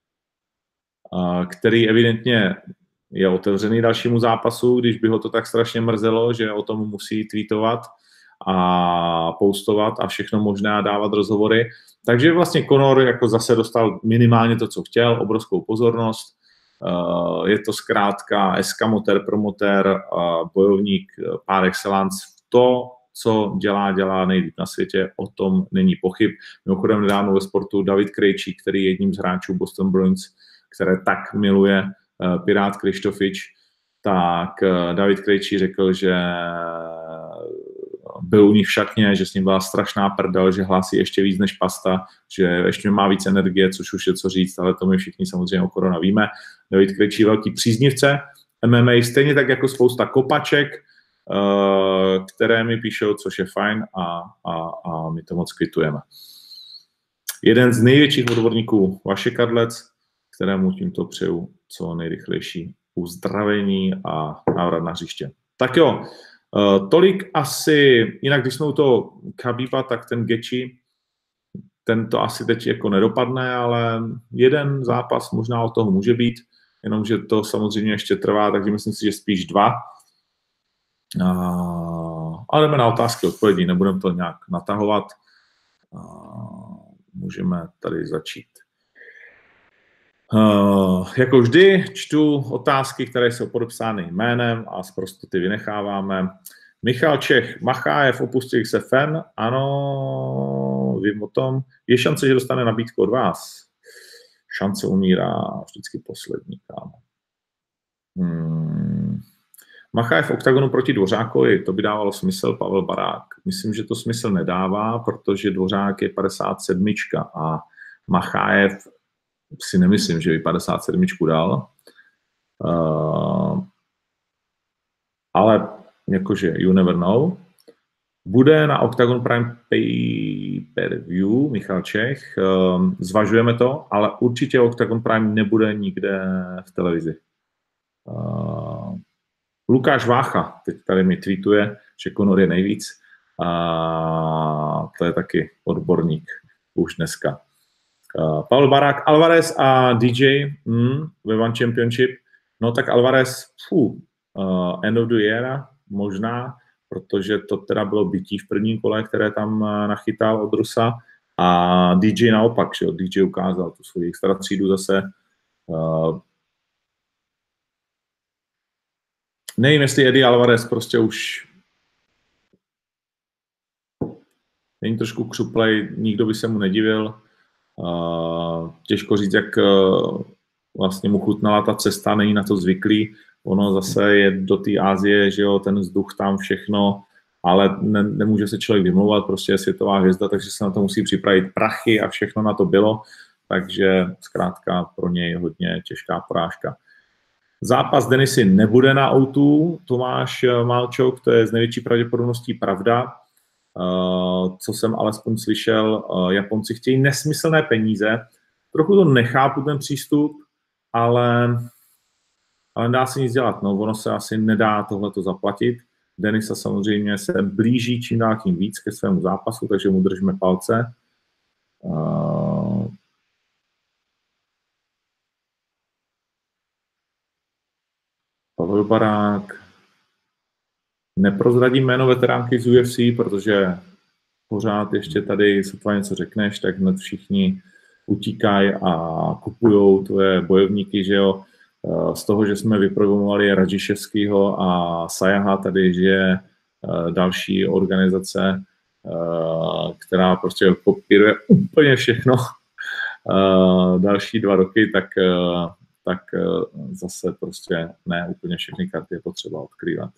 který evidentně je otevřený dalšímu zápasu, když by ho to tak strašně mrzelo, že o tom musí tweetovat a postovat a všechno možné a dávat rozhovory. Takže vlastně Conor jako zase dostal minimálně to, co chtěl, obrovskou pozornost. Je to zkrátka eskamotér, promotér, bojovník par excellence. To, co dělá, dělá nejlíp na světě, o tom není pochyb. Mimochodem nedávno ve sportu David Krejčí, který je jedním z hráčů Boston Bruins, které tak miluje Pirát Krištofič, tak David Krejčí řekl, že byl u nich v šatně, že s ním byla strašná prdel, že hlásí ještě víc než pasta, že ještě má víc energie, což už je co říct, ale to my všichni samozřejmě o korona víme. David Krejčí velký příznivce M M A, stejně tak jako spousta kopaček, které mi píšou, což je fajn a, a, a my to moc kvitujeme. Jeden z největších odborníků Vašek Kadlec, kterému tímto přeju co nejrychlejší uzdravení a návrat na hřiště. Tak jo, tolik asi, jinak když jsme u toho Khabiba, tak ten Gaethje, ten to asi teď jako nedopadne, ale jeden zápas možná od toho může být, jenomže to samozřejmě ještě trvá, takže myslím si, že spíš dva. Ale jdeme na otázky, odpovědi, nebudeme to nějak natahovat. Můžeme tady začít. Uh, jako vždy čtu otázky, které jsou podepsány jménem a z prostoty vynecháváme. Michal Čech, Machájev opustil X F N, ano, vím o tom. Je šance, že dostane nabídku od vás? Šance umírá vždycky poslední, kámo. Hmm. Machájev v oktagonu proti Dvořákovi, to by dávalo smysl, Pavel Barák. Myslím, že to smysl nedává, protože Dvořák je padesát sedm a Machájev si nemyslím, že by padesát sedm dal. Uh, ale jakože you never know. Bude na Octagon Prime pay-per-view, Michal Čech. Uh, zvažujeme to, ale určitě Octagon Prime nebude nikde v televizi. Uh, Lukáš Vácha, teď tady mi tweetuje, že Conor je nejvíc. Uh, to je taky odborník už dneska. Uh, Pavel Barák, Alvarez a D J mm, ve One Championship. No tak Alvarez, fuh, uh, end of the era, možná, protože to teda bylo bytí v prvním kole, které tam uh, nachytal od Rusa. A D J naopak, že jo, D J ukázal tu svoji extra třídu zase. Uh, nevím, jestli Eddie Alvarez prostě už není trošku křuplej, nikdo by se mu nedivil. Uh, těžko říct, jak uh, vlastně mu chutnala ta cesta, není na to zvyklý. Ono zase je do té Asie, že jo, ten vzduch tam všechno, ale ne, nemůže se člověk vymlouvat, prostě je světová hvězda, takže se na to musí připravit prachy a všechno na to bylo, takže zkrátka pro něj hodně těžká porážka. Zápas Denisy nebude na O dva, Tomáš Malčok, to je z největší pravděpodobností pravda. Uh, co jsem alespoň slyšel, uh, Japonci chtějí nesmyslné peníze. Trochu to nechápu, ten přístup, ale, ale dá se nic dělat. No, ono se asi nedá tohleto zaplatit. Denisa samozřejmě se blíží čím dál tím víc ke svému zápasu, takže mu držíme palce. Uh, Pavel Barák. Neprozradím jméno veteránky z U F C, protože pořád ještě tady sotva něco řekneš, tak hned všichni utíkají a kupujou tvoje bojovníky, že jo. Z toho, že jsme vyprogramovali Radžiševskýho a Sajaha, tady žije další organizace, která prostě kopíruje úplně všechno, uh, další dva roky, tak, uh, tak uh, zase prostě ne úplně všechny karty je potřeba odkrývat.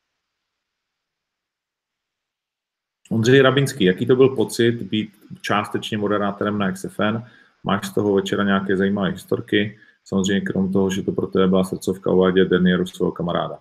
Ondřej Rabinský, jaký to byl pocit být částečně moderátorem na X F N? Máš z toho večera nějaké zajímavé historky? Samozřejmě krom toho, že to pro tebe byla srdcovka uvádět Dernieru svého kamaráda.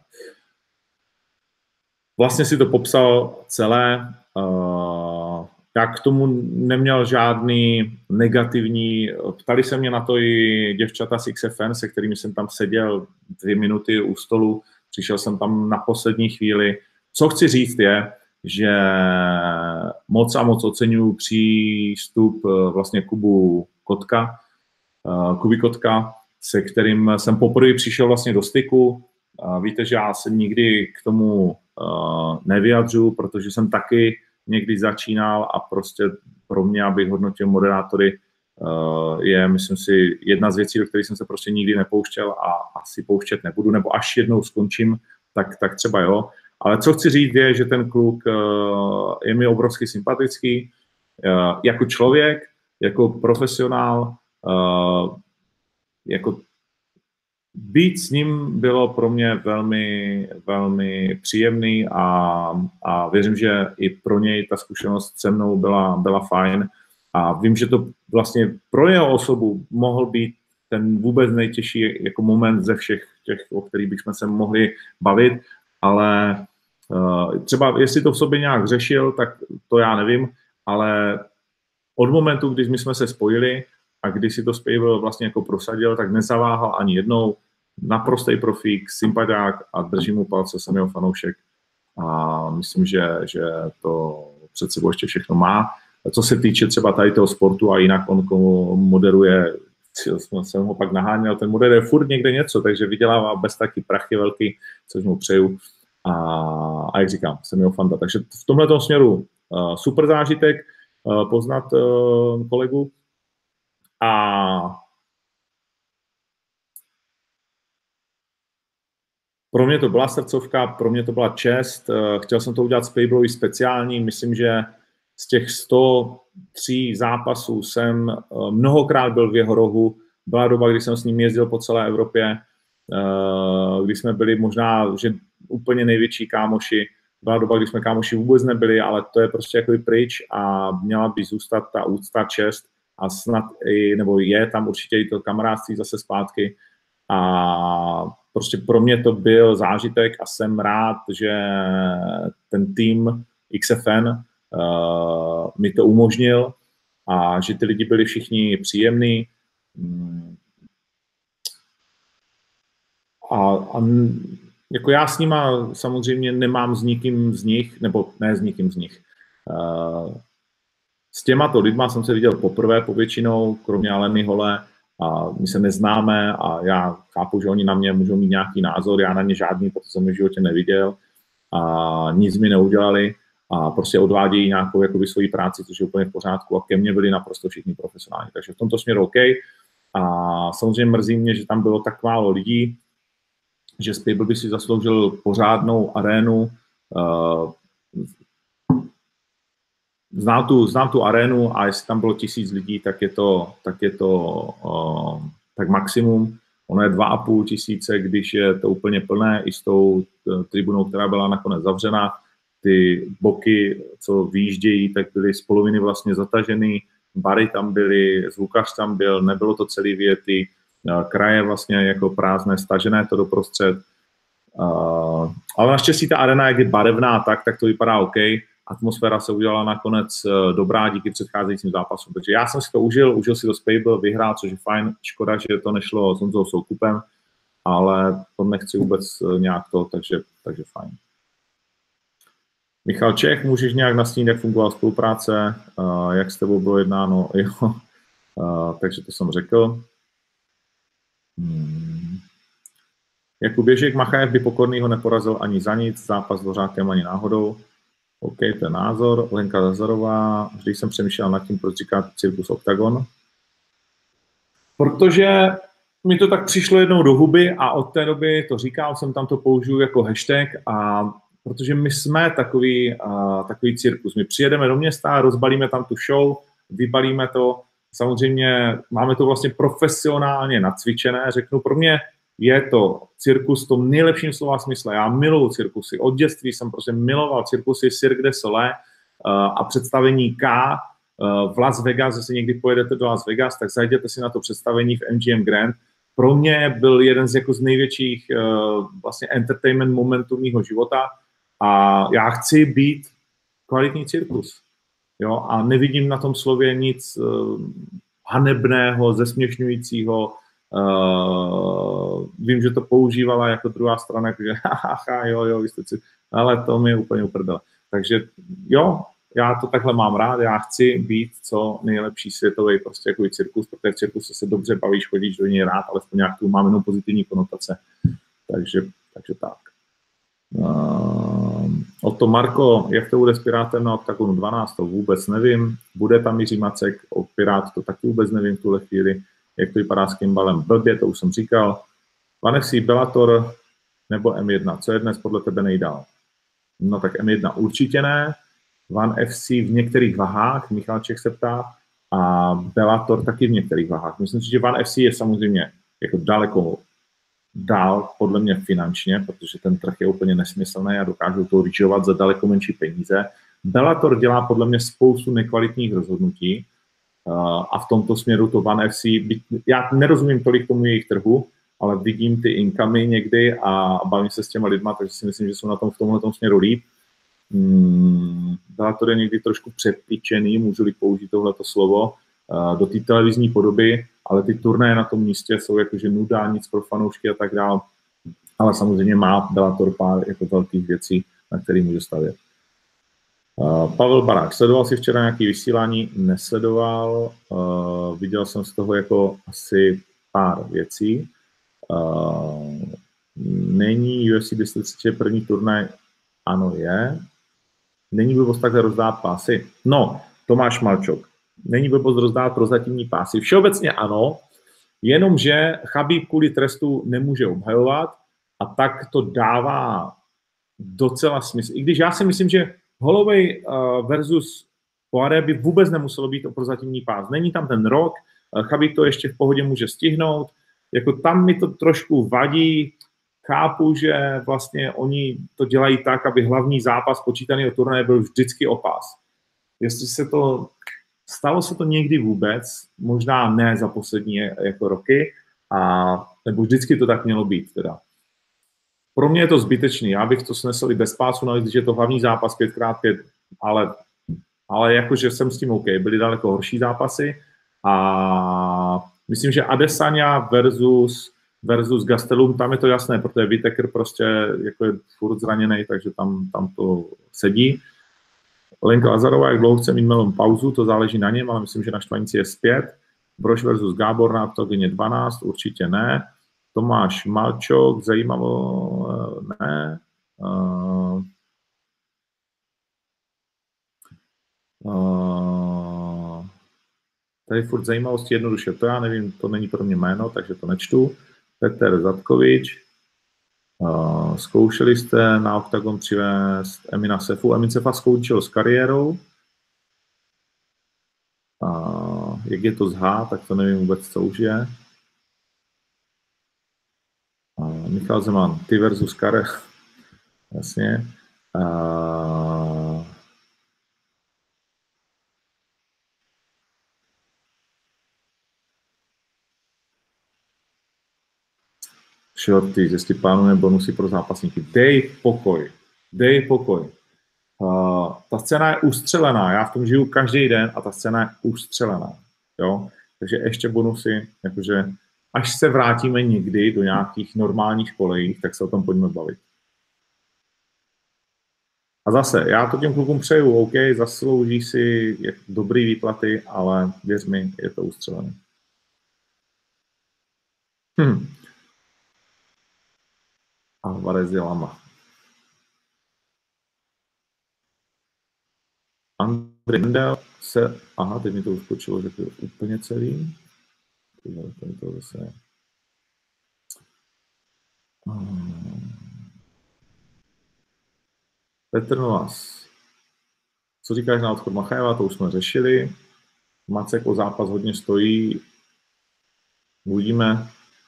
Vlastně si to popsal celé. Já k tomu neměl žádný negativní... Ptali se mě na to i děvčata z X F N, se kterými jsem tam seděl dvě minuty u stolu. Přišel jsem tam na poslední chvíli. Co chci říct je, že moc a moc oceňuji přístup vlastně Kubu Kotka, Kuby Kotka, se kterým jsem poprvé přišel vlastně do styku. Víte, že já se nikdy k tomu nevyjadřu, protože jsem taky někdy začínal a prostě pro mě, abych hodnotil moderátory, je, myslím si, jedna z věcí, do kterých jsem se prostě nikdy nepouštěl a asi pouštět nebudu, nebo až jednou skončím, tak, tak třeba jo. Ale co chci říct je, že ten kluk je mi obrovsky sympatický jako člověk, jako profesionál, jako být s ním bylo pro mě velmi, velmi příjemný a, a věřím, že i pro něj ta zkušenost se mnou byla, byla fajn a vím, že to vlastně pro jeho osobu mohl být ten vůbec nejtěžší jako moment ze všech těch, o kterých bychom se mohli bavit, ale uh, třeba jestli to v sobě nějak řešil, tak to já nevím, ale od momentu, kdy my jsme se spojili a když si to Spable vlastně jako prosadil, tak nezaváhal ani jednou, naprostej profík, sympatiák a držím mu palce, jsem jeho fanoušek a myslím, že, že to před sebou ještě všechno má. Co se týče třeba tady toho sportu a jinak on moderuje, jsem ho pak naháněl, ten moderuje furt někde něco, takže vydělává bez taky prachy velký, což mu přeju a, a jak říkám, jsem jeho fanda. Takže v tomhletom směru uh, super zážitek uh, poznat uh, kolegu a pro mě to byla srdcovka, pro mě to byla čest. Chtěl jsem to udělat Spableovi speciální. Myslím, že z těch sto tří zápasů jsem mnohokrát byl v jeho rohu. Byla doba, kdy jsem s ním jezdil po celé Evropě, kdy jsme byli možná že úplně největší kámoši. Byla doba, kdy jsme kámoši vůbec nebyli, ale to je prostě jako pryč a měla by zůstat ta úcta, čest a snad i, nebo je tam určitě i to kamarádství zase zpátky. A prostě pro mě to byl zážitek a jsem rád, že ten tým X F N uh, mi to umožnil a že ty lidi byli všichni příjemní. A, a jako já s nima samozřejmě nemám s nikým z nich, nebo ne s nikým z nich. Uh, s těmato lidma jsem se viděl poprvé povětšinou, kromě Aleny Hole, a my se neznáme a já chápu, že oni na mě můžou mít nějaký názor, já na ně žádný, protože jsem je v životě neviděl a nic mi neudělali a prostě odvádějí nějakou jakoby svoji práci, což je úplně v pořádku a ke mně byli naprosto všichni profesionální, takže v tomto směru OK. A samozřejmě mrzí mě, že tam bylo tak málo lidí, že Spable by si zasloužil pořádnou arénu. Znám tu, znám tu arénu a jestli tam bylo tisíc lidí, tak je to, tak je to uh, tak maximum. Ono je dva a půl tisíce, když je to úplně plné, i s tou uh, tribunou, která byla nakonec zavřena. Ty boky, co vyjíždějí, tak byly z poloviny vlastně zatažený, bary tam byly, zvukař tam byl, nebylo to celý věty, uh, kraje vlastně jako prázdné, stažené to doprostřed. Uh, ale naštěstí ta arena, jak je barevná, tak, tak to vypadá OK. Atmosféra se udělala nakonec dobrá díky předcházejícím zápasům. Takže já jsem si to užil, užil si to Spable, vyhrál, což je fajn. Škoda, že to nešlo s Honzou Soukupem, ale to nechci vůbec nějak to, takže, takže fajn. Michal Čech, můžeš nějak nastínit, jak fungovala spolupráce, uh, jak s tebou bylo jednáno, jo. Uh, takže to jsem řekl. Hmm. Jakub Běžek, Machajev by Pokornýho neporazil ani za nic, zápas s Dvořákem ani náhodou. OK, to je názor. Lenka Zazarová, vždy jsem přemýšlel nad tím, proč říká Cirkus Octagon. Protože mi to tak přišlo jednou do huby a od té doby to říkám, jsem tam to použiju jako hashtag a protože my jsme takový, uh, takový cirkus. My přijedeme do města, rozbalíme tam tu show, vybalíme to samozřejmě máme to vlastně profesionálně nacvičené. Řeknu, pro mě je to cirkus v tom nejlepším slova smysle. Já miluju cirkusy. Od dětství jsem prostě miloval cirkusy Cirque du Soleil uh, a představení K uh, v Las Vegas. Jestli někdy pojedete do Las Vegas, tak zajděte si na to představení v M G M Grand. Pro mě byl jeden z, jako z největších uh, vlastně entertainment momentů mýho života a já chci být kvalitní cirkus. Jo? A nevidím na tom slově nic uh, hanebného, zesměšňujícího. Uh, vím, že to používala jako druhá strana, jakože haha, jo, jo, vy jste si, ale to mi je úplně uprdele. Takže jo, já to takhle mám rád, já chci být co nejlepší světový prostě jako cirkus, protože v cirkuse se dobře bavíš, chodíš do něj rád, ale nějak tu mám jenom pozitivní konotace. Takže, takže tak. Uh, o to Marko, jak to bude s Pirátem na Octagonu dvanáct, to vůbec nevím. Bude tam Jiří Macek, o Pirát to taky vůbec nevím v tuhle chvíli. Jak to vypadá s Kimbalem? Blbě, to už jsem říkal. One F C, Bellator nebo M jedna? Co je dnes podle tebe nejdál? No tak M jedna určitě ne. One F C v některých vahách, Michalček se ptá, a Bellator taky v některých vahách. Myslím si, že One F C je samozřejmě jako daleko dál podle mě finančně, protože ten trh je úplně nesmyslný a dokážou to ryžovat za daleko menší peníze. Bellator dělá podle mě spoustu nekvalitních rozhodnutí, a v tomto směru to One F C, já nerozumím tolik tomu jejich trhu, ale vidím ty incomey někdy a bavím se s těma lidma, takže si myslím, že jsou na tom v tomhle směru líp. Hmm, Bellator je někdy trošku přepíčený, můžu-li použít tohleto slovo, do té televizní podoby, ale ty turnaje na tom místě jsou jakože nuda, nic pro fanoušky a tak dále, ale samozřejmě má Bellator pár jako velkých věcí, na který může stavět. Uh, Pavel Barák, sledoval jsi včera nějaké vysílání? Nesledoval, uh, viděl jsem z toho jako asi pár věcí. Uh, není U F C dvě první turnaj? Ano, je. Není blbost takhle rozdát pásy? No, Tomáš Malčok, není blbost rozdát prozatímní pásy. Všeobecně ano, jenomže Chabib kvůli trestu nemůže obhajovat a tak to dává docela smysl. I když já si myslím, že Holloway versus Poirier by vůbec nemuselo být o prozatímní pás. Není tam ten rok, Chabib to ještě v pohodě může stihnout. Jako tam mi to trošku vadí. Chápu, že vlastně oni to dělají tak, aby hlavní zápas počítaného turnaje byl vždycky o pás. Jestli se to, stalo se to někdy vůbec, možná ne za poslední jako roky, a, nebo vždycky to tak mělo být teda. Pro mě je to zbytečný, já bych to snesl i bez pásu, navíc, když je to hlavní zápas pět krát pět, ale, ale jakože jsem s tím OK, byly daleko horší zápasy a myslím, že Adesanya versus, versus Gastelum, tam je to jasné, protože Whittaker prostě jako je furt zraněný, takže tam, tam to sedí. Lenka Lazarová, jak dlouho chce mít Melon pauzu, to záleží na něm, ale myslím, že na štvanici je zpět. Brož versus Gábor na Octagoně dvanáct, určitě ne. Tomáš Malčok, zajímavo, ne. Uh, uh, tady furt zajímavosti jednoduše, to já nevím, to není pro mě jméno, takže to nečtu. Petr Zatkovič, uh, zkoušeli jste na Octagon přivést Emina Sefu. Emin Sefa skončil s kariérou. Uh, jak je to z H, tak to nevím vůbec, co už je. Uh, Michal Zeman, ty versus Kare, jasně. Uh, Shorty, jestli plánuje bonusy pro zápasníky. Dej pokoj, dej pokoj. Uh, ta scéna je ustřelená, já v tom žiju každý den a ta scéna je ustřelená. Jo? Takže ještě bonusy, jakože až se vrátíme někdy do nějakých normálních kolejích, tak se o tom pojďme bavit. A zase, já to těm klukům přeju, OK, zaslouží si dobrý výplaty, ale věř mi, je to ustřelené. Hm. Alvarez je lama. Andrej Mendel se... Aha, teď mi to uskočilo, že to je úplně celý. Teď to zase... Petr Novas. Co říkáš na odchod Machajeva? To už jsme řešili. Macek o zápas hodně stojí. Uvidíme.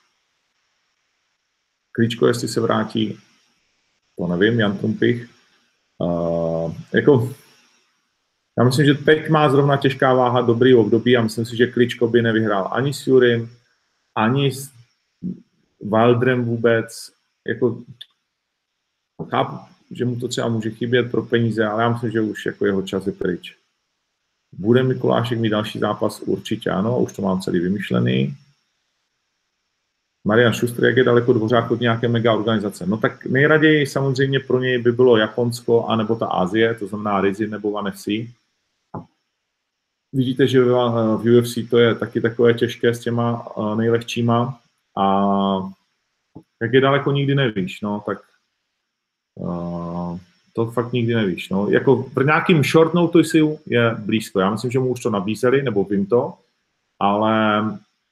Klíčko, jestli se vrátí, to nevím, Jan Trumpich. Uh, jako, já myslím, že teď má zrovna těžká váha dobrý období a myslím si, že Klíčko by nevyhrál ani s Jurym, ani s Wildrem vůbec. Jako, chápu, že mu to třeba může chybět pro peníze, ale já myslím, že už jako jeho čas je pryč. Bude Mikulášek mít další zápas? Určitě ano, už to mám celý vymyšlený. Marian Schuster, jak je daleko Dvořák od nějaké mega organizace? No tak nejraději samozřejmě pro něj by bylo Japonsko anebo ta Asie, to znamená Rizin nebo One F C. Vidíte, že v U F C to je taky takové těžké s těma nejlehčíma a jak je daleko nikdy nevíš, no tak uh, to fakt nikdy nevíš. No. Jako v nějakým short noticeu je blízko. Já myslím, že mu už to nabízeli, nebo vím to, ale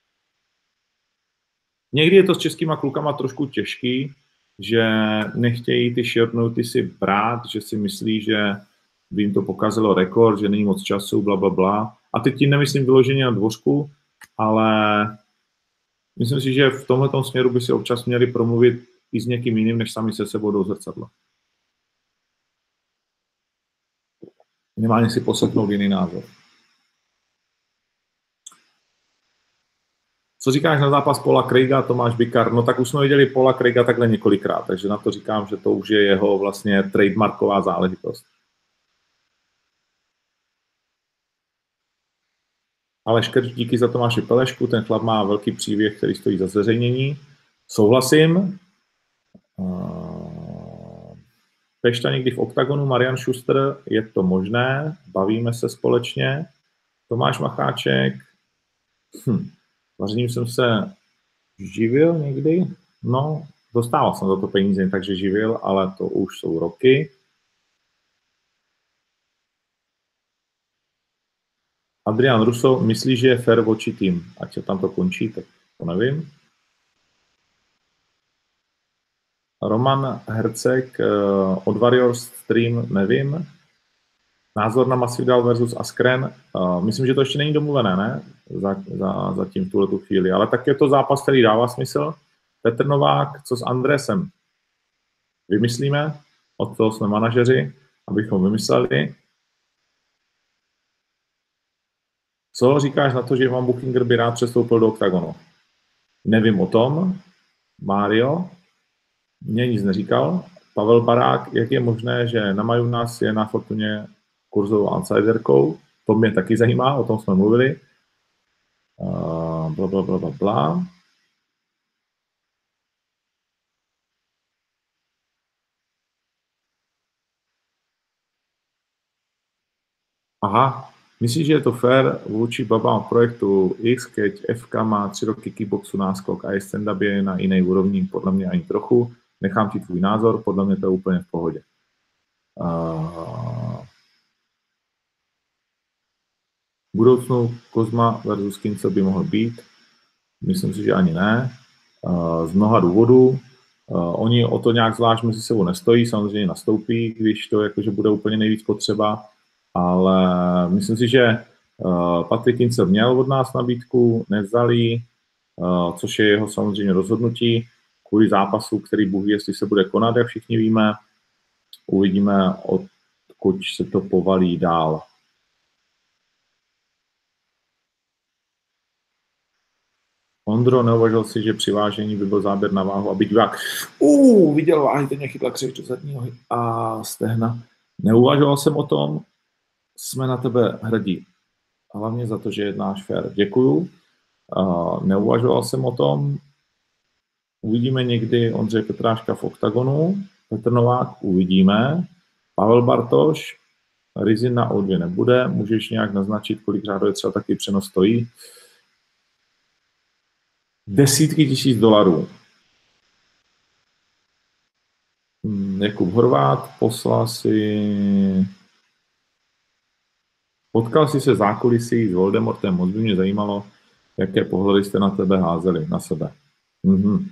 někdy je to s českýma klukama trošku těžký, že nechtějí ty short noticey brát, že si myslí, že by jim to pokazilo rekord, že není moc času, bla, bla, bla. A teď tím nemyslím vyloženě na Dvořku, ale myslím si, že v tomhletom směru by si občas měli promluvit i s někým jiným, než sami se sebou do zrcadla. Minimálně si poslechnout jiný názor. Co říkáš na zápas Paula Craiga, Tomáš Bikar? No tak už jsme viděli Paula Craiga takhle několikrát, takže na to říkám, že to už je jeho vlastně trademarková záležitost. Ale škrt, díky za Tomáši Pelešku, ten chlap má velký příběh, který stojí za zveřejnění. Souhlasím. Pešta někdy v oktagonu, Marian Schuster, je to možné, bavíme se společně. Tomáš Macháček, hm. Vařením jsem se živil někdy, no, dostával jsem za to peníze, takže živil, ale to už jsou roky. Adrian Russo myslí, že je fair voči tým, ať se tam to končí, tak to nevím. Roman Hercek, od Warriors Stream, nevím. Názor na Masvidal versus Askren, uh, myslím, že to ještě není domluvené, ne? Za, za, zatím v tuhletu chvíli, ale tak je to zápas, který dává smysl. Petr Novák, co s Andresem? Vymyslíme, od toho jsme manažeři, abychom vymysleli. Co říkáš na to, že Ivan Buchinger by rád přestoupil do oktagonu? Nevím o tom. Mario mě nic neříkal. Pavel Barák, jak je možné, že na Majunas je na Fortuně kurzovou outsiderkou? To mě taky zajímá, o tom jsme mluvili. Uh, bla, bla, bla, bla, bla. Aha, myslíš, že je to fér vůči babám projektu X, keď F K má tři roky kickboxu náskok a je stand-up je na jiné úrovni? Podle mě ani trochu. Nechám ti tvůj názor, podle mě to je úplně v pohodě. Uh, v budoucnu Kozma versus Kinco by mohl být. Myslím si, že ani ne. Uh, z mnoha důvodů. Uh, oni o to nějak zvlášť mezi sebou nestojí, samozřejmě nastoupí, když to jakože bude úplně nejvíc potřeba, ale myslím si, že uh, Patrik Kinco měl od nás nabídku, nevzali, uh, což je jeho samozřejmě rozhodnutí, kvůli zápasu, který Bůh ví, jestli se bude konat, jak všichni víme. Uvidíme, odkud se to povalí dál. Ondro, neuvažoval si, že při vážení by byl záběr na váhu a být divák. Uuu, viděl váhy, teď mě chytla křič do zadního a stehna. Neuvažoval jsem o tom, jsme na tebe hrdí. Hlavně za to, že jednáš fér. Děkuju. Uh, neuvažoval jsem o tom. Uvidíme někdy Ondřej Petráška v oktagonu. Petr Novák uvidíme. Pavel Bartoš, Rizin na O dvě nebude. Můžeš nějak naznačit, kolik řádově třeba taky přenos stojí? Desítky tisíc dolarů. Jakub Horvát poslal si... Potkal jsi se zákulisí s Voldemortem, moc by mě zajímalo, jaké pohledy jste na tebe házeli, na sebe. Mhm.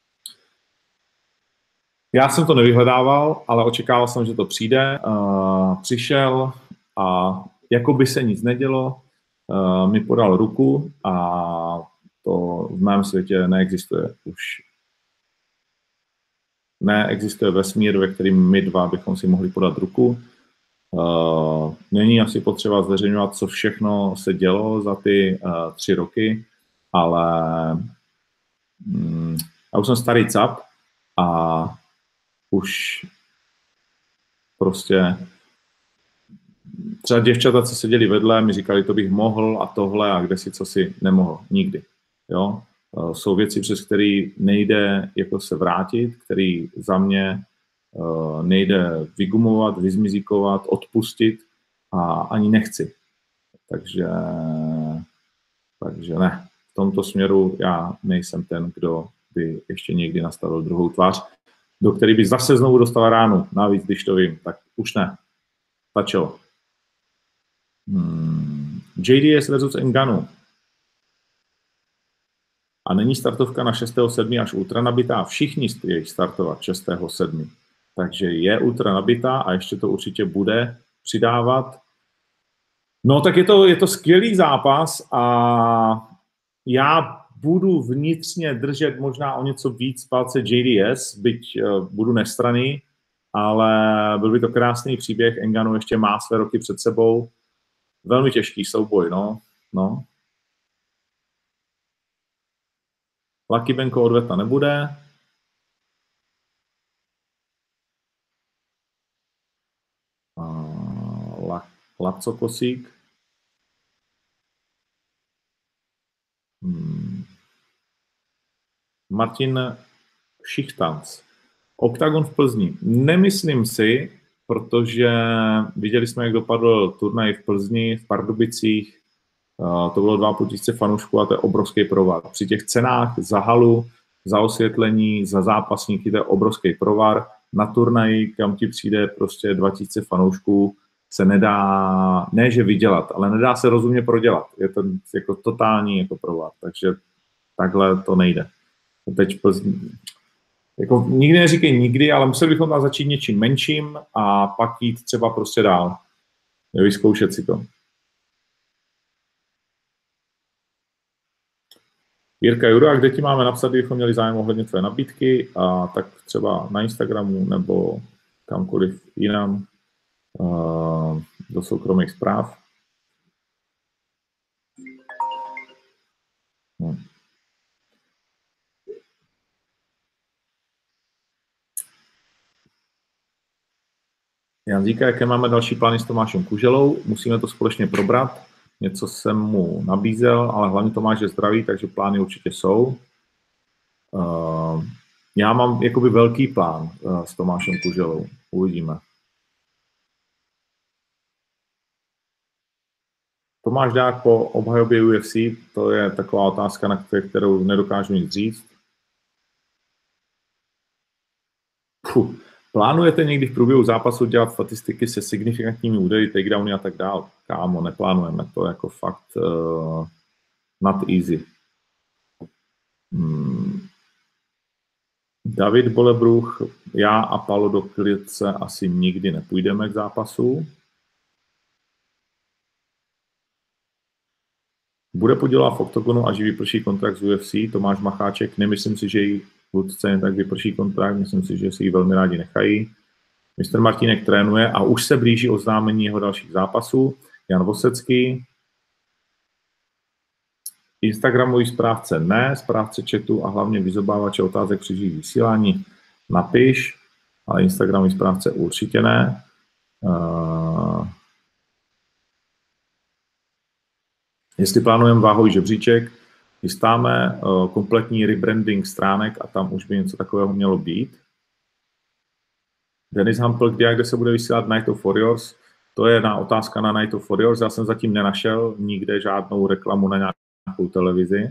Já jsem to nevyhledával, ale očekával jsem, že to přijde. Uh, přišel a jako by se nic nedělo. uh, mi podal ruku a to v mém světě neexistuje už. Neexistuje vesmír, ve kterým my dva bychom si mohli podat ruku. Uh, není asi potřeba zveřejňovat, co všechno se dělo za ty uh, tři roky, ale um, já už jsem starý cap a už prostě třeba děvčata, co seděli vedle, mi říkali, to bych mohl a tohle a kde si co si nemohl. Nikdy. Jo? Uh, jsou věci, přes které nejde jako se vrátit, které za mě uh, nejde vygumovat, vyzmizikovat, odpustit a ani nechci. Takže, takže ne. V tomto směru já nejsem ten, kdo by ještě někdy nastavil druhou tvář, do který by zase znovu dostal ránu. Navíc, když to vím, tak už ne. Stačilo. Hmm. J D S versus Ngannou. A není startovka na šestého sedmého až ultra nabitá. Všichni chtějí startovat šestého sedmého Takže je ultra nabitá a ještě to určitě bude přidávat. No tak je to, je to skvělý zápas a já budu vnitřně držet možná o něco víc palce J D S, byť uh, budu nestranný, ale byl by to krásný příběh. Ngannou ještě má své roky před sebou. Velmi těžký souboj, no. no. Lucky Benko odveta nebude. Uh, Lapco Kosík. Hmm. Martin Šichtanc. Oktagon v Plzni. Nemyslím si, protože viděli jsme, jak dopadl turnaj v Plzni, v Pardubicích. Uh, to bylo dva a půl tisíce fanoušků a to je obrovský provar. Při těch cenách za halu, za osvětlení, za zápasníky, to je obrovský provar. Na turnaji, kam ti přijde prostě dva tisíce fanoušků, se nedá, ne že vydělat, ale nedá se rozumně prodělat. Je to jako totální jako provar, takže takhle to nejde. Teď jako nikdy neříkej nikdy, ale museli bychom tam začít něčím menším a pak jít třeba prostě dál. Vyzkoušet si to. Jirka Jura, kde ti máme napsat, kdybychom měli zájem ohledně tvé nabídky, a tak třeba na Instagramu nebo kamkoliv jinam uh, do soukromých zpráv. No. Jan říká, jaké máme další plány s Tomášem Kuželou. Musíme to společně probrat. Něco jsem mu nabízel, ale hlavně Tomáš je zdravý, takže plány určitě jsou. Uh, já mám jakoby velký plán uh, s Tomášem Kuželou. Uvidíme. Tomáš Dák po obhajobě U F C, to je taková otázka, na kterou nedokážu nic říct. Puh. Plánujete někdy v průběhu zápasu dělat statistiky se signifikantními údery, takedowny a tak dále? Kámo, neplánujeme to jako fakt uh, not easy. Hmm. David Bolebruch, já a Paulo do Klice asi nikdy nepůjdeme k zápasu. Bude podělat v oktogonu, až vyprší kontrakt z U F C, Tomáš Macháček, nemyslím si, že jí vůdce tak vyprší kontrakt, myslím si, že si ji velmi rádi nechají. mister Martínek trénuje a už se blíží oznámení jeho dalších zápasů. Jan Vosecký. Instagramový správce ne, správce chatu a hlavně vyzobávače otázek při živých vysílání napiš, ale Instagramový správce určitě ne. Uh, jestli plánujeme váhový žebříček, chystáme uh, kompletní rebranding stránek a tam už by něco takového mělo být. Denis Hampl, kde, kde se bude vysílat Night of Warriors, to je na otázka na Night of Warriors. Já jsem zatím nenašel nikde žádnou reklamu na nějakou televizi,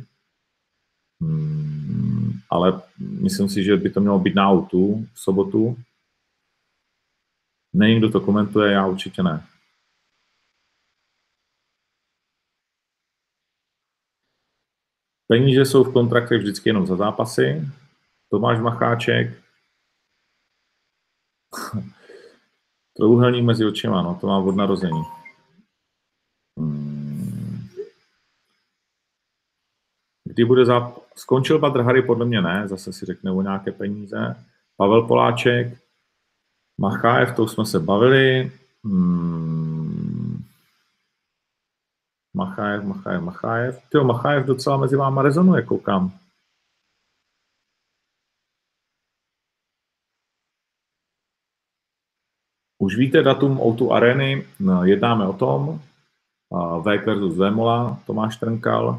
hmm, ale myslím si, že by to mělo být na autu v sobotu. Nevím, kdo to komentuje, já určitě ne. Peníze jsou v kontraktech vždycky jenom za zápasy. Tomáš Macháček. Trouhelník mezi očima, no, to mám od narození. Hmm. kdy bude záp... Skončil Badr Hari? Podle mě ne, zase si řekne o nějaké peníze. Pavel Poláček, Machajev, to už jsme se bavili. Hmm. Machajev, Machajev, Machajev. Tyjo, Machajev docela mezi váma rezonuje, koukám. Už víte datum ó dva Areny, no, jednáme o tom. Vek versus Vémola, Tomáš Trnkal.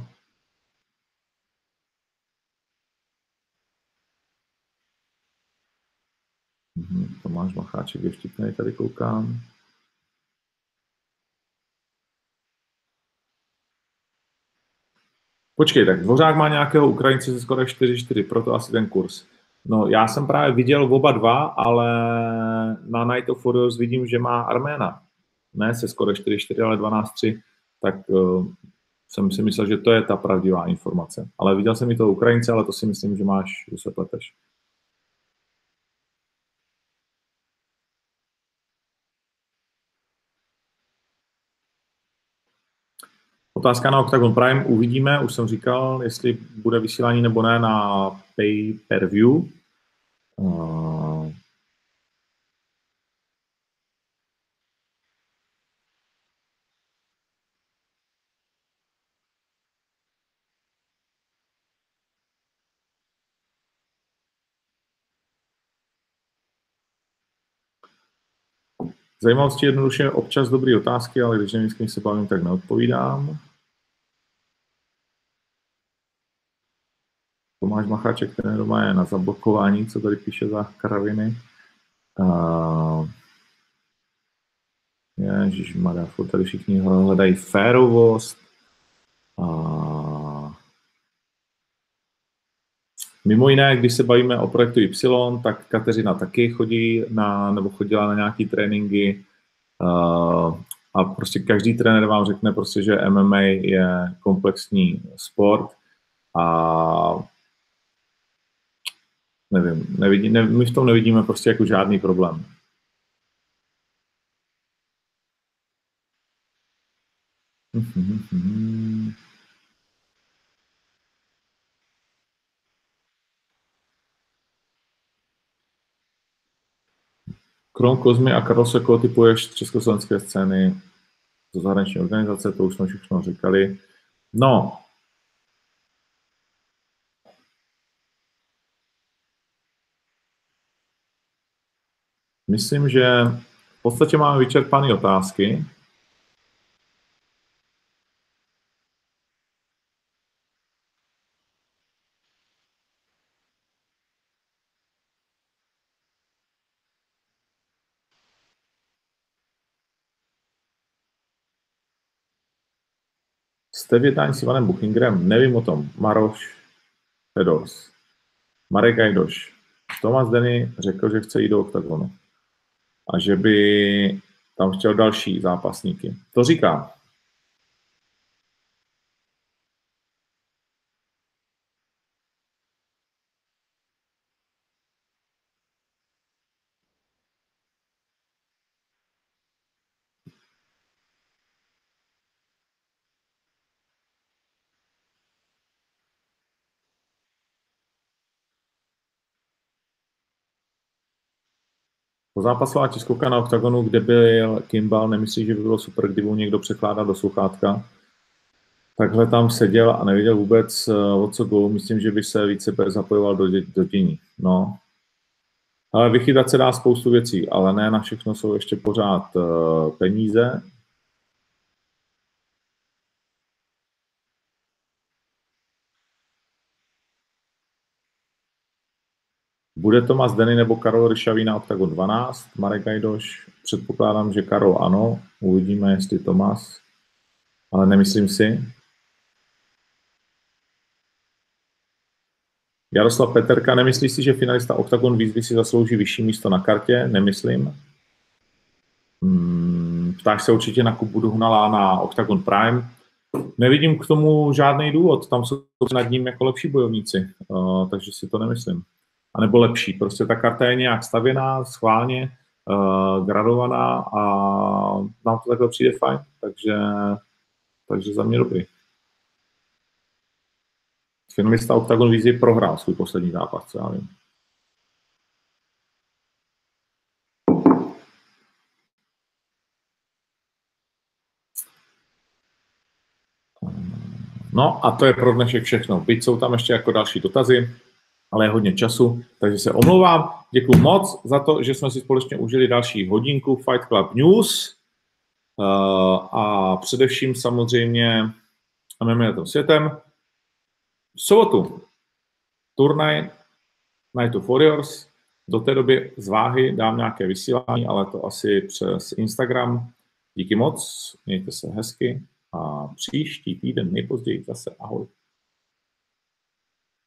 Mhm, Tomáš Macháček je vtipný, tady koukám. Počkej, tak Dvořák má nějakého Ukrajince ze skoro čtyři čtyři, proto asi ten kurz. No, já jsem právě viděl oba dva, ale na Night of Warriors vidím, že má Arména. Ne se skoro čtyři čtyři, ale dvanáct tři. Tak uh, jsem si myslel, že to je ta pravdivá informace. Ale viděl jsem i toho Ukrajince, ale to si myslím, že máš, že se pleteš. Otázka na Octagon Prime, uvidíme, už jsem říkal, jestli bude vysílání nebo ne na pay-per-view. Uh... Zajímavosti jednoduše občas dobré otázky, ale když nevím, s kým se bavím, tak neodpovídám. Tomáš Macháček, ten doma je na zablokování, co tady píše za kraviny. Uh, Ježišmarja, tady všichni hledají férovost. Uh, mimo jiné, když se bavíme o projektu Y, tak Kateřina taky chodí na, nebo chodila na nějaký tréninky. Uh, a prostě každý trenér vám řekne prostě, že M M A je komplexní sport a nevím, nevidí, ne, my v tom nevidíme prostě jako žádný problém. Krom Kozmy a Karlose, koho typuješ z československé scény, do zahraniční organizace, to už jsme všechno říkali. No, myslím, že v podstatě máme vyčerpané otázky. Jste v jednání s Ivanem Buchingerem? Nevím o tom. Maroš Fedors. Marek Gajdoš. Tomáš Denny řekl, že chce jít do oktagonu. A že by tam chtěl další zápasníky. To říká. Pozápasová tiskovka na oktagonu, kde byl Kimball, nemyslíš, že by bylo super, kdyby mu někdo překládal do sluchátka? Takhle tam seděl a nevěděl vůbec, o co bylo. Myslím, že by se více zapojoval do, do dění. No. Ale vychytat se dá spoustu věcí, ale ne na všechno jsou ještě pořád uh, peníze. Bude Tomáš Denny nebo Karol Ryšavý na Octagon dvanáct? Marek Gajdoš, předpokládám, že Karol ano. Uvidíme, jestli Tomáš, ale nemyslím si. Jaroslav Peterka, nemyslíš si, že finalista Octagon výzvy si zaslouží vyšší místo na kartě? Nemyslím. Hmm, ptáš se určitě na Kubu Duhnala na Octagon Prime. Nevidím k tomu žádný důvod. Tam jsou nad ním jako lepší bojovníci, uh, takže si to nemyslím. A nebo lepší. Prostě ta karta je nějak stavěná, schválně, uh, gradovaná a nám to takhle přijde fajn. Takže, takže za mě dobrý. finalista Octagon Výzvy prohrál svůj poslední zápas, co já vím. No a to je pro dnešek všechno. Byť jsou tam ještě jako další dotazy, ale je hodně času, takže se omlouvám. Děkuji moc za to, že jsme si společně užili další hodinku Fight Club News a především samozřejmě a máme na tom světem. V sobotu turnaj Night of Warriors. Do té doby z Váhy dám nějaké vysílání, ale to asi přes Instagram. Díky moc, mějte se hezky a příští týden nejpozději zase ahoj.